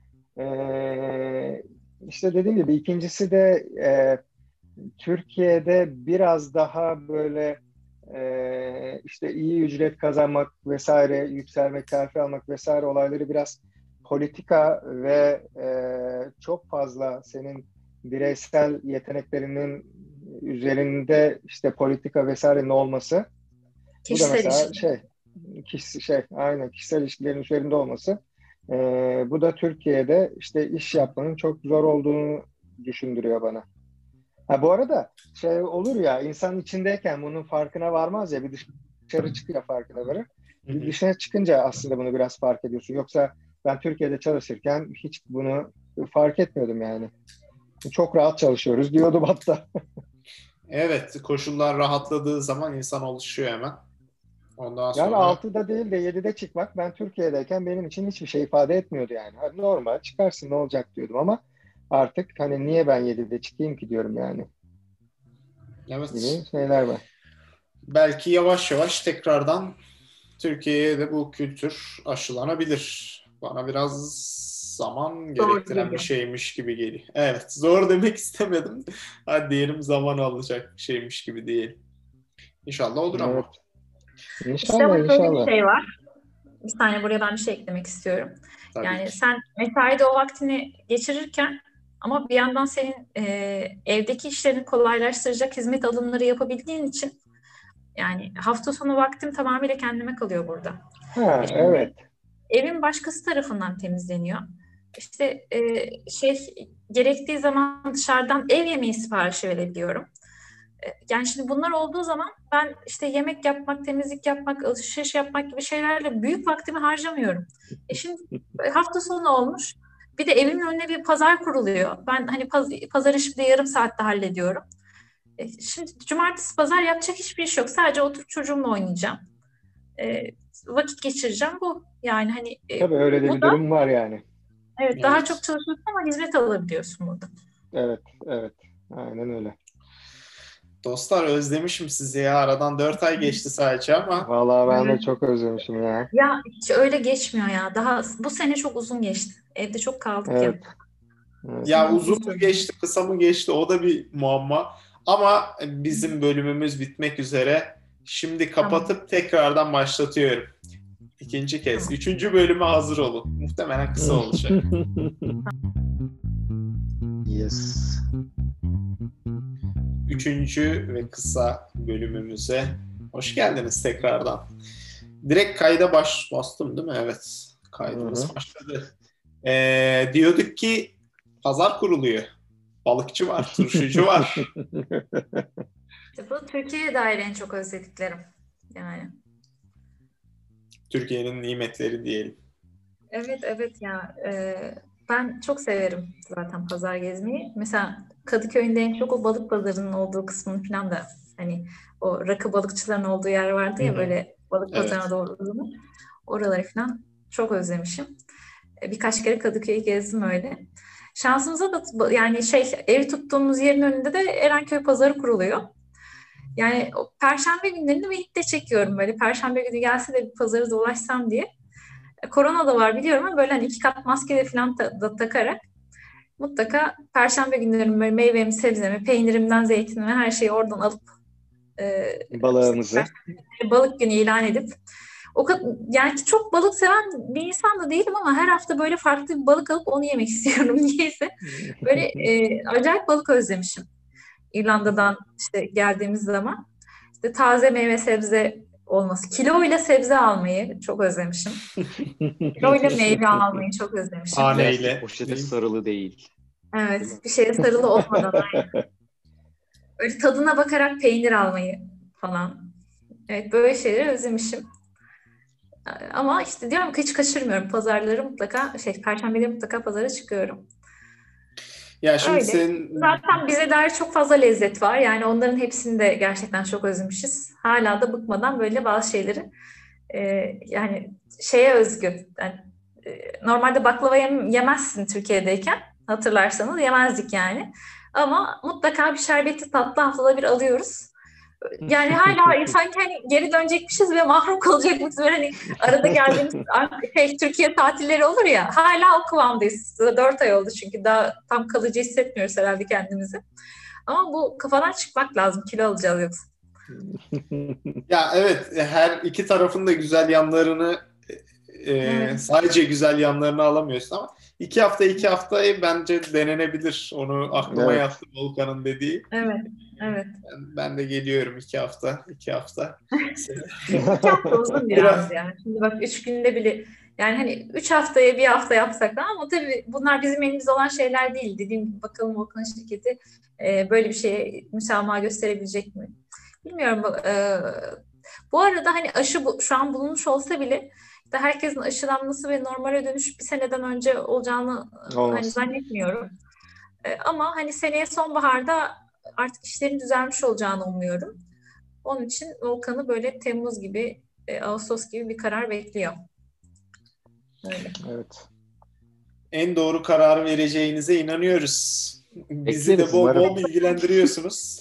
Ee, işte dediğim gibi ikincisi de e, Türkiye'de biraz daha böyle e, işte iyi ücret kazanmak vesaire, yükselmek, terfi almak vesaire olayları biraz politika ve e, çok fazla senin bireysel yeteneklerinin üzerinde işte politika vesairenin olması. Bu da Kişisel mesela ilişki. şey, kişi, şey, aynen kişisel ilişkilerin üzerinde olması. E, bu da Türkiye'de işte iş yapmanın çok zor olduğunu düşündürüyor bana. Ha, bu arada şey olur ya insan içindeyken bunun farkına varmaz ya bir dışarı çıkıyor farkına varır. Hı Bir hı. dışarı çıkınca aslında bunu biraz fark ediyorsun. Yoksa ben Türkiye'de çalışırken hiç bunu fark etmiyordum yani. Çok rahat çalışıyoruz diyordum hatta. Evet, koşullar rahatladığı zaman insan oluşuyor hemen. Ondan Yani sonra altıda değil de yedide çıkmak ben Türkiye'deyken benim için hiçbir şey ifade etmiyordu yani. Ha, normal çıkarsın ne olacak diyordum ama artık hani niye ben yedide çıkayım ki diyorum yani evet, gibi şeyler var. belki yavaş yavaş tekrardan Türkiye'ye de bu kültür aşılanabilir. Bana biraz zaman Doğru gerektiren bir gibi. şeymiş gibi geliyor. Evet, zor demek istemedim. Hadi diyelim zaman alacak bir şeymiş gibi değil. İnşallah olur Evet. ama. İşte İnşallah ama şöyle bir inşallah. şey var. Bir saniye buraya ben bir şey eklemek istiyorum. Tabii Yani ki. sen mesaide o vaktini geçirirken ama bir yandan senin e, evdeki işlerini kolaylaştıracak hizmet alımları yapabildiğin için yani hafta sonu vaktim tamamıyla kendime kalıyor burada. E Ha, şimdi evet. evin başkası tarafından temizleniyor. İşte e, şey gerektiği zaman dışarıdan ev yemeği siparişi verebiliyorum. E, Yani şimdi bunlar olduğu zaman ben işte yemek yapmak, temizlik yapmak, alışveriş yapmak gibi şeylerle büyük vaktimi harcamıyorum. E şimdi hafta sonu olmuş. Bir de evimin önüne bir pazar kuruluyor. Ben hani paz- pazarı şimdi yarım saatte hallediyorum. E, şimdi cumartesi pazar yapacak hiçbir iş yok. Sadece oturup çocuğumla oynayacağım. E, Vakit geçireceğim bu. Yani hani e, Tabii öyle de bu bir da durum var yani. evet daha çok Evet. çalışıyorsun ama hizmet alabiliyorsun burada. Evet, evet. Aynen öyle. Dostlar özlemişim sizi ya. Aradan dört ay geçti sadece ama Vallahi ben de Evet. çok özlemişim ya. Ya hiç öyle geçmiyor ya. Daha bu sene çok uzun geçti. Evde çok kaldık ya. Evet, evet. ya uzun mu geçti, kısa mı geçti o da bir muamma. Ama bizim bölümümüz bitmek üzere. Şimdi Tamam, kapatıp tekrardan başlatıyorum. İkinci kez. tamam. Üçüncü bölüme hazır olun. Muhtemelen kısa olacak. Yes. Üçüncü ve kısa bölümümüze hoş geldiniz tekrardan. Direkt kayda baş bastım değil mi? Evet. Kaydımız Hı hı. başladı. Ee, diyorduk ki pazar kuruluyor. Balıkçı var, turşucu var. İşte bu Türkiye'ye dair en çok özlediklerim. Yani. Türkiye'nin nimetleri diyelim. Evet, evet ya. e, ben çok severim zaten pazar gezmeyi. Mesela Kadıköy'ün de en çok o balık pazarının olduğu kısmını falan da hani o rakı balıkçıların olduğu yer vardı Hı ya hı. böyle balık pazarına Evet. doğru uzanır. Oraları falan çok özlemişim. E, Birkaç kere Kadıköy'ü gezdim öyle. Şansımıza da yani şey ev tuttuğumuz yerin önünde de Erenköy Pazarı kuruluyor. Yani o Perşembe günlerini ben ilk de çekiyorum böyle. Perşembe günü gelse de bir pazarı dolaşsam diye. E, Korona da var biliyorum ama böyle hani iki kat maske de falan ta- da takarak mutlaka Perşembe günleri böyle meyvemi, sebzemi, peynirimden zeytinime her şeyi oradan alıp e, Balığımızı. işte balık günü ilan edip o kadar, yani çok balık seven bir insan da değilim ama her hafta böyle farklı bir balık alıp onu yemek istiyorum niyeyse. Böyle e, acayip balık özlemişim. İrlanda'dan işte geldiğimiz zaman. İşte taze meyve sebze olması. Kilo ile sebze almayı çok özlemişim. Kilo ile meyve almayı çok özlemişim. Taneyle. Poşete sarılı değil. Evet, bir şeye sarılı olmadan. Öyle tadına bakarak peynir almayı falan. Evet, böyle şeyleri özlemişim. Ama işte diyorum ki hiç kaçırmıyorum. Pazarları mutlaka, şey, Perşembeleri mutlaka pazara çıkıyorum. Ya şimdi Öyle. senin... Zaten bize dair çok fazla lezzet var. Yani onların hepsini de gerçekten çok özlemişiz. Hala da bıkmadan böyle bazı şeyleri e, yani şeye özgü. Yani, e, normalde baklava yem, yemezsin Türkiye'deyken. Hatırlarsanız yemezdik yani. Ama mutlaka bir şerbetli tatlı haftada bir alıyoruz. Yani hala sanki hani geri dönecekmişiz ve mahrum kalacakmışız. Böyle hani arada geldiğimiz şey, Türkiye tatilleri olur ya, hala o kıvamdayız. Dört ay oldu çünkü daha tam kalıcı hissetmiyoruz herhalde kendimizi. Ama bu kafadan çıkmak lazım. Kilo alacağız yoksa. Ya evet, her iki tarafın da güzel yanlarını e, Evet. sadece güzel yanlarını alamıyorsun ama iki hafta iki haftayı bence denenebilir. Onu aklıma Evet. yattı Volkan'ın dediği. Evet, evet. Ben, ben de geliyorum iki hafta, iki hafta. İki hafta uzun biraz yani. Şimdi bak üç günde bile, yani hani üç haftaya bir hafta yapsak da, ama tabii bunlar bizim elimizde olan şeyler değil. Dediğim gibi bakalım Volkan şirketi e, böyle bir şeye müsamaha gösterebilecek mi? Bilmiyorum. E, bu arada hani aşı bu, şu an bulunmuş olsa bile işte herkesin aşılanması ve normale dönüş bir seneden önce olacağını e, Olmaz. hani zannetmiyorum. E, ama hani seneye sonbaharda artık işlerin düzelmiş olacağını umuyorum. Onun için Volkan'ı böyle Temmuz gibi, e, Ağustos gibi bir karar bekliyor. Öyle. Evet. En doğru kararı vereceğinize inanıyoruz. Bizi Bekleriz, de bol umarım. bol bilgilendiriyorsunuz.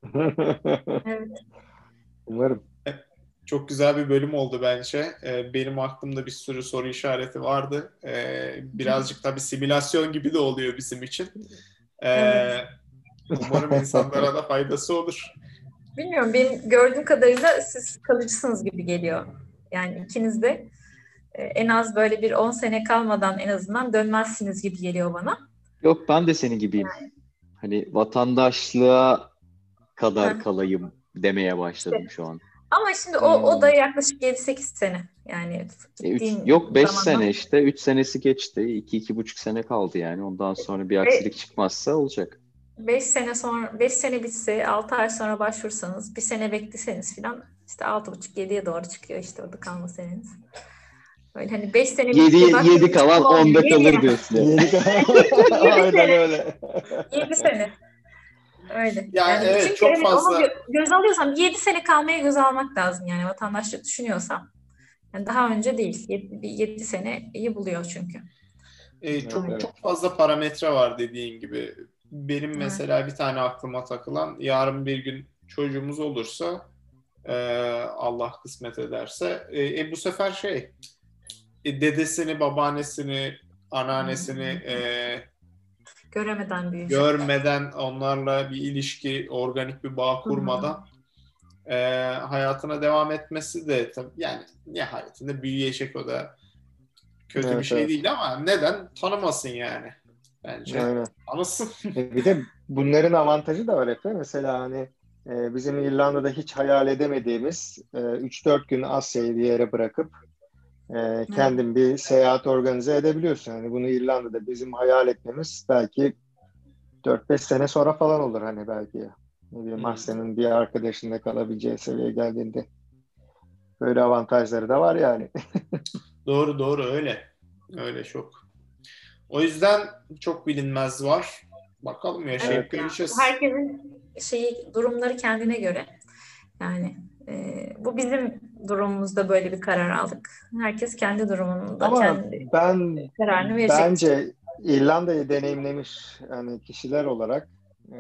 Evet. Umarım. Çok güzel bir bölüm oldu bence. Ee, benim aklımda bir sürü soru işareti vardı. Ee, birazcık tabii simülasyon gibi de oluyor bizim için. Ee, Evet. Umarım insanlara da faydası olur. Bilmiyorum, benim gördüğüm kadarıyla siz kalıcısınız gibi geliyor. Yani ikiniz de e, en az böyle bir on sene kalmadan en azından dönmezsiniz gibi geliyor bana. Yok, ben de senin gibiyim. Hani vatandaşlığa kadar Heh. kalayım demeye başladım şu an. Ama şimdi o, o da yaklaşık yedi sekiz sene. Yani E, üç, gittiğin yok beş zamandan. sene işte. üç senesi geçti. iki iki buçuk sene kaldı yani. Ondan sonra bir Ve- aksilik çıkmazsa olacak. Beş sene sonra, beş sene bitse, altı ay sonra başvursanız, bir sene bekleseniz filan, işte altı buçuk yediye doğru çıkıyor işte orada kalma seneniz. Böyle hani beş sene Yedi, bitti, bak yedi kalan onda kalır yedi, diyorsun. Yani. Yedi Aynen öyle. yedi sene. Öyle. Ya Yani evet, çünkü çok hani fazla. onu gö- göz alıyorsam yedi sene kalmaya göz almak lazım yani vatandaşlık düşünüyorsam. Yani daha önce değil. yedi seneyi buluyor çünkü. Ee, çok Evet. çok fazla parametre var dediğin gibi. Benim Evet. mesela bir tane aklıma takılan, yarın bir gün çocuğumuz olursa, e, Allah kısmet ederse, e, e, bu sefer şey, e, dedesini, babaannesini, anneannesini e, Göremeden büyüyecek. görmeden, onlarla bir ilişki, organik bir bağ kurmadan e, hayatına devam etmesi de tabii, yani nihayetinde büyüyecek, o da kötü Evet, bir şey evet. değil ama neden tanımasın yani? Bence Aynen. tanısın. E bir de bunların avantajı da var Efe. Mesela hani e, bizim İrlanda'da hiç hayal edemediğimiz e, üç dört gün Asya'yı bir yere bırakıp e, kendin bir seyahat organize edebiliyorsun. Yani bunu İrlanda'da bizim hayal etmemiz belki dört beş sene sonra falan olur hani belki. Ne bileyim, Hmm. Asya'nın bir arkadaşında kalabileceği seviyeye geldiğinde. Böyle avantajları da var yani. Doğru doğru, öyle. Öyle çok. O yüzden çok bilinmez var. Bakalım, yaşayıp Evet, yani göreceğiz. herkesin şeyi, durumları kendine göre. Yani e, bu bizim durumumuzda böyle bir karar aldık. Herkes kendi durumunda Ama kendi ben kararını verecek. bence İrlanda'yı deneyimlemiş hani kişiler olarak e,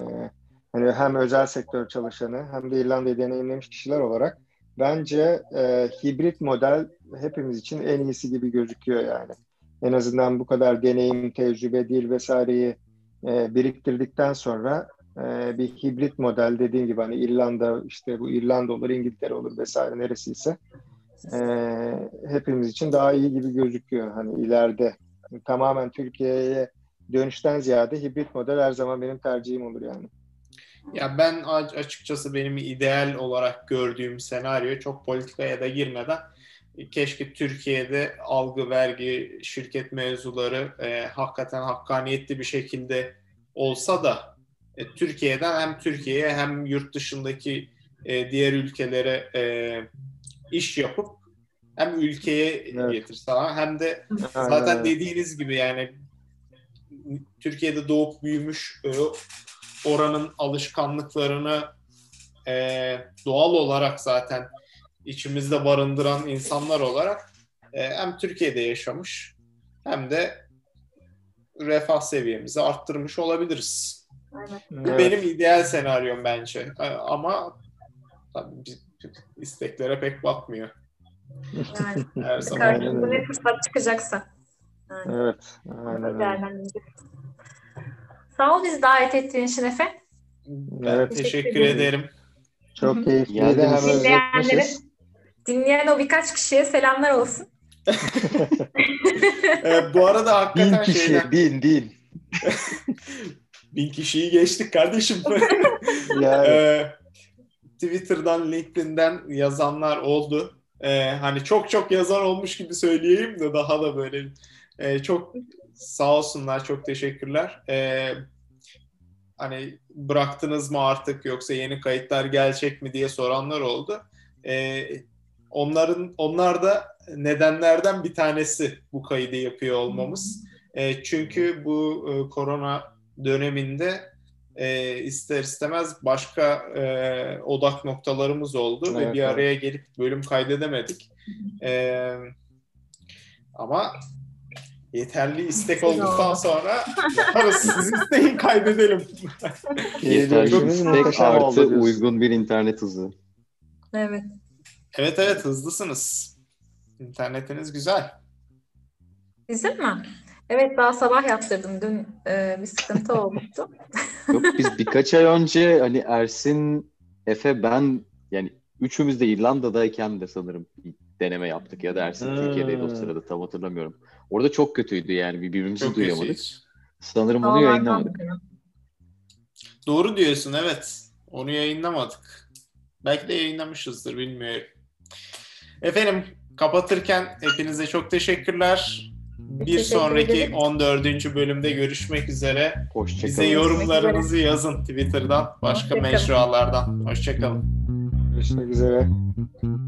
hani hem özel sektör çalışanı hem de İrlanda'yı deneyimlemiş kişiler olarak bence e, hibrit model hepimiz için en iyisi gibi gözüküyor yani. en azından bu kadar deneyim, tecrübe, dil vesaireyi e, biriktirdikten sonra e, bir hibrit model, dediğim gibi hani İrlanda, işte bu İrlanda olur, İngiltere olur vesaire, neresiyse e, hepimiz için daha iyi gibi gözüküyor. Hani ileride tamamen Türkiye'ye dönüşten ziyade hibrit model her zaman benim tercihim olur yani. Ya ben açıkçası benim ideal olarak gördüğüm senaryo, çok politikaya da girmeden, keşke Türkiye'de algı, vergi, şirket mevzuları e, hakikaten hakkaniyetli bir şekilde olsa da e, Türkiye'den hem Türkiye'ye hem yurt dışındaki e, diğer ülkelere e, iş yapıp hem ülkeye Evet. getirse hem de Aynen zaten öyle. dediğiniz gibi yani Türkiye'de doğup büyümüş, e, oranın alışkanlıklarını e, doğal olarak zaten içimizde barındıran insanlar olarak e, hem Türkiye'de yaşamış hem de refah seviyemizi arttırmış olabiliriz. Evet. Bu Evet. benim ideal senaryom bence. E, ama tabii biz- isteklere pek bakmıyor. Yani Her zaman. karşımıza ne fırsat çıkacaksa. Yani, Evet. Aynen öyle. değerlendirecek. Sağ ol bizi davet ettiğin için Efe. Ben Evet. teşekkür Teşekkür ederim. ederim. Çok keyifliydi. Geldiniz. Hem özlemişiz. Dinleyenlerin, dinleyen o birkaç kişiye selamlar olsun. E, bu arada Bin hakikaten kişi, şeyden bin, bin. bin kişiyi geçtik kardeşim. Yani. e, Twitter'dan, LinkedIn'den yazanlar oldu. E, hani çok çok yazan olmuş gibi söyleyeyim de daha da böyle e, çok sağ olsunlar, çok teşekkürler. E, hani bıraktınız mı artık yoksa yeni kayıtlar gelecek mi diye soranlar oldu. E, onların onlar da nedenlerden bir tanesi bu kaydı yapıyor olmamız. E, çünkü bu e, korona döneminde e, ister istemez başka e, odak noktalarımız oldu Evet, ve bir evet. araya gelip bölüm kaydedemedik. E, ama yeterli istek Güzel olduktan oldu. sonra yaparız. Siz isteyin, kaydedelim. Yeterli Dönüşümüz istek muhteşem oldu artı diyorsun. uygun bir internet hızı. Evet. Evet evet, hızlısınız. İnternetiniz güzel. Bizim mi? Evet, daha sabah yaptırdım. Dün e, bir sıkıntı olmuştu. Yok, biz birkaç ay önce hani Ersin, Efe, ben yani üçümüz de İrlanda'dayken de sanırım bir deneme yaptık ya da Ersin Hmm. Türkiye'deydi o sırada, tam hatırlamıyorum. Orada çok kötüydü yani, birbirimizi Çok duyamadık. kötüyüz. Sanırım onu Havalardan yayınlamadık. bugün. Doğru diyorsun, evet. Onu yayınlamadık. Belki de yayınlamışızdır, bilmiyorum. Efendim, kapatırken hepinize çok teşekkürler. Bir Teşekkür sonraki ederim. on dördüncü bölümde görüşmek üzere. Hoşçakalın. Bize yorumlarınızı yazın Twitter'dan, başka Hoşça kalın. mecralardan. Hoşçakalın. Görüşmek üzere.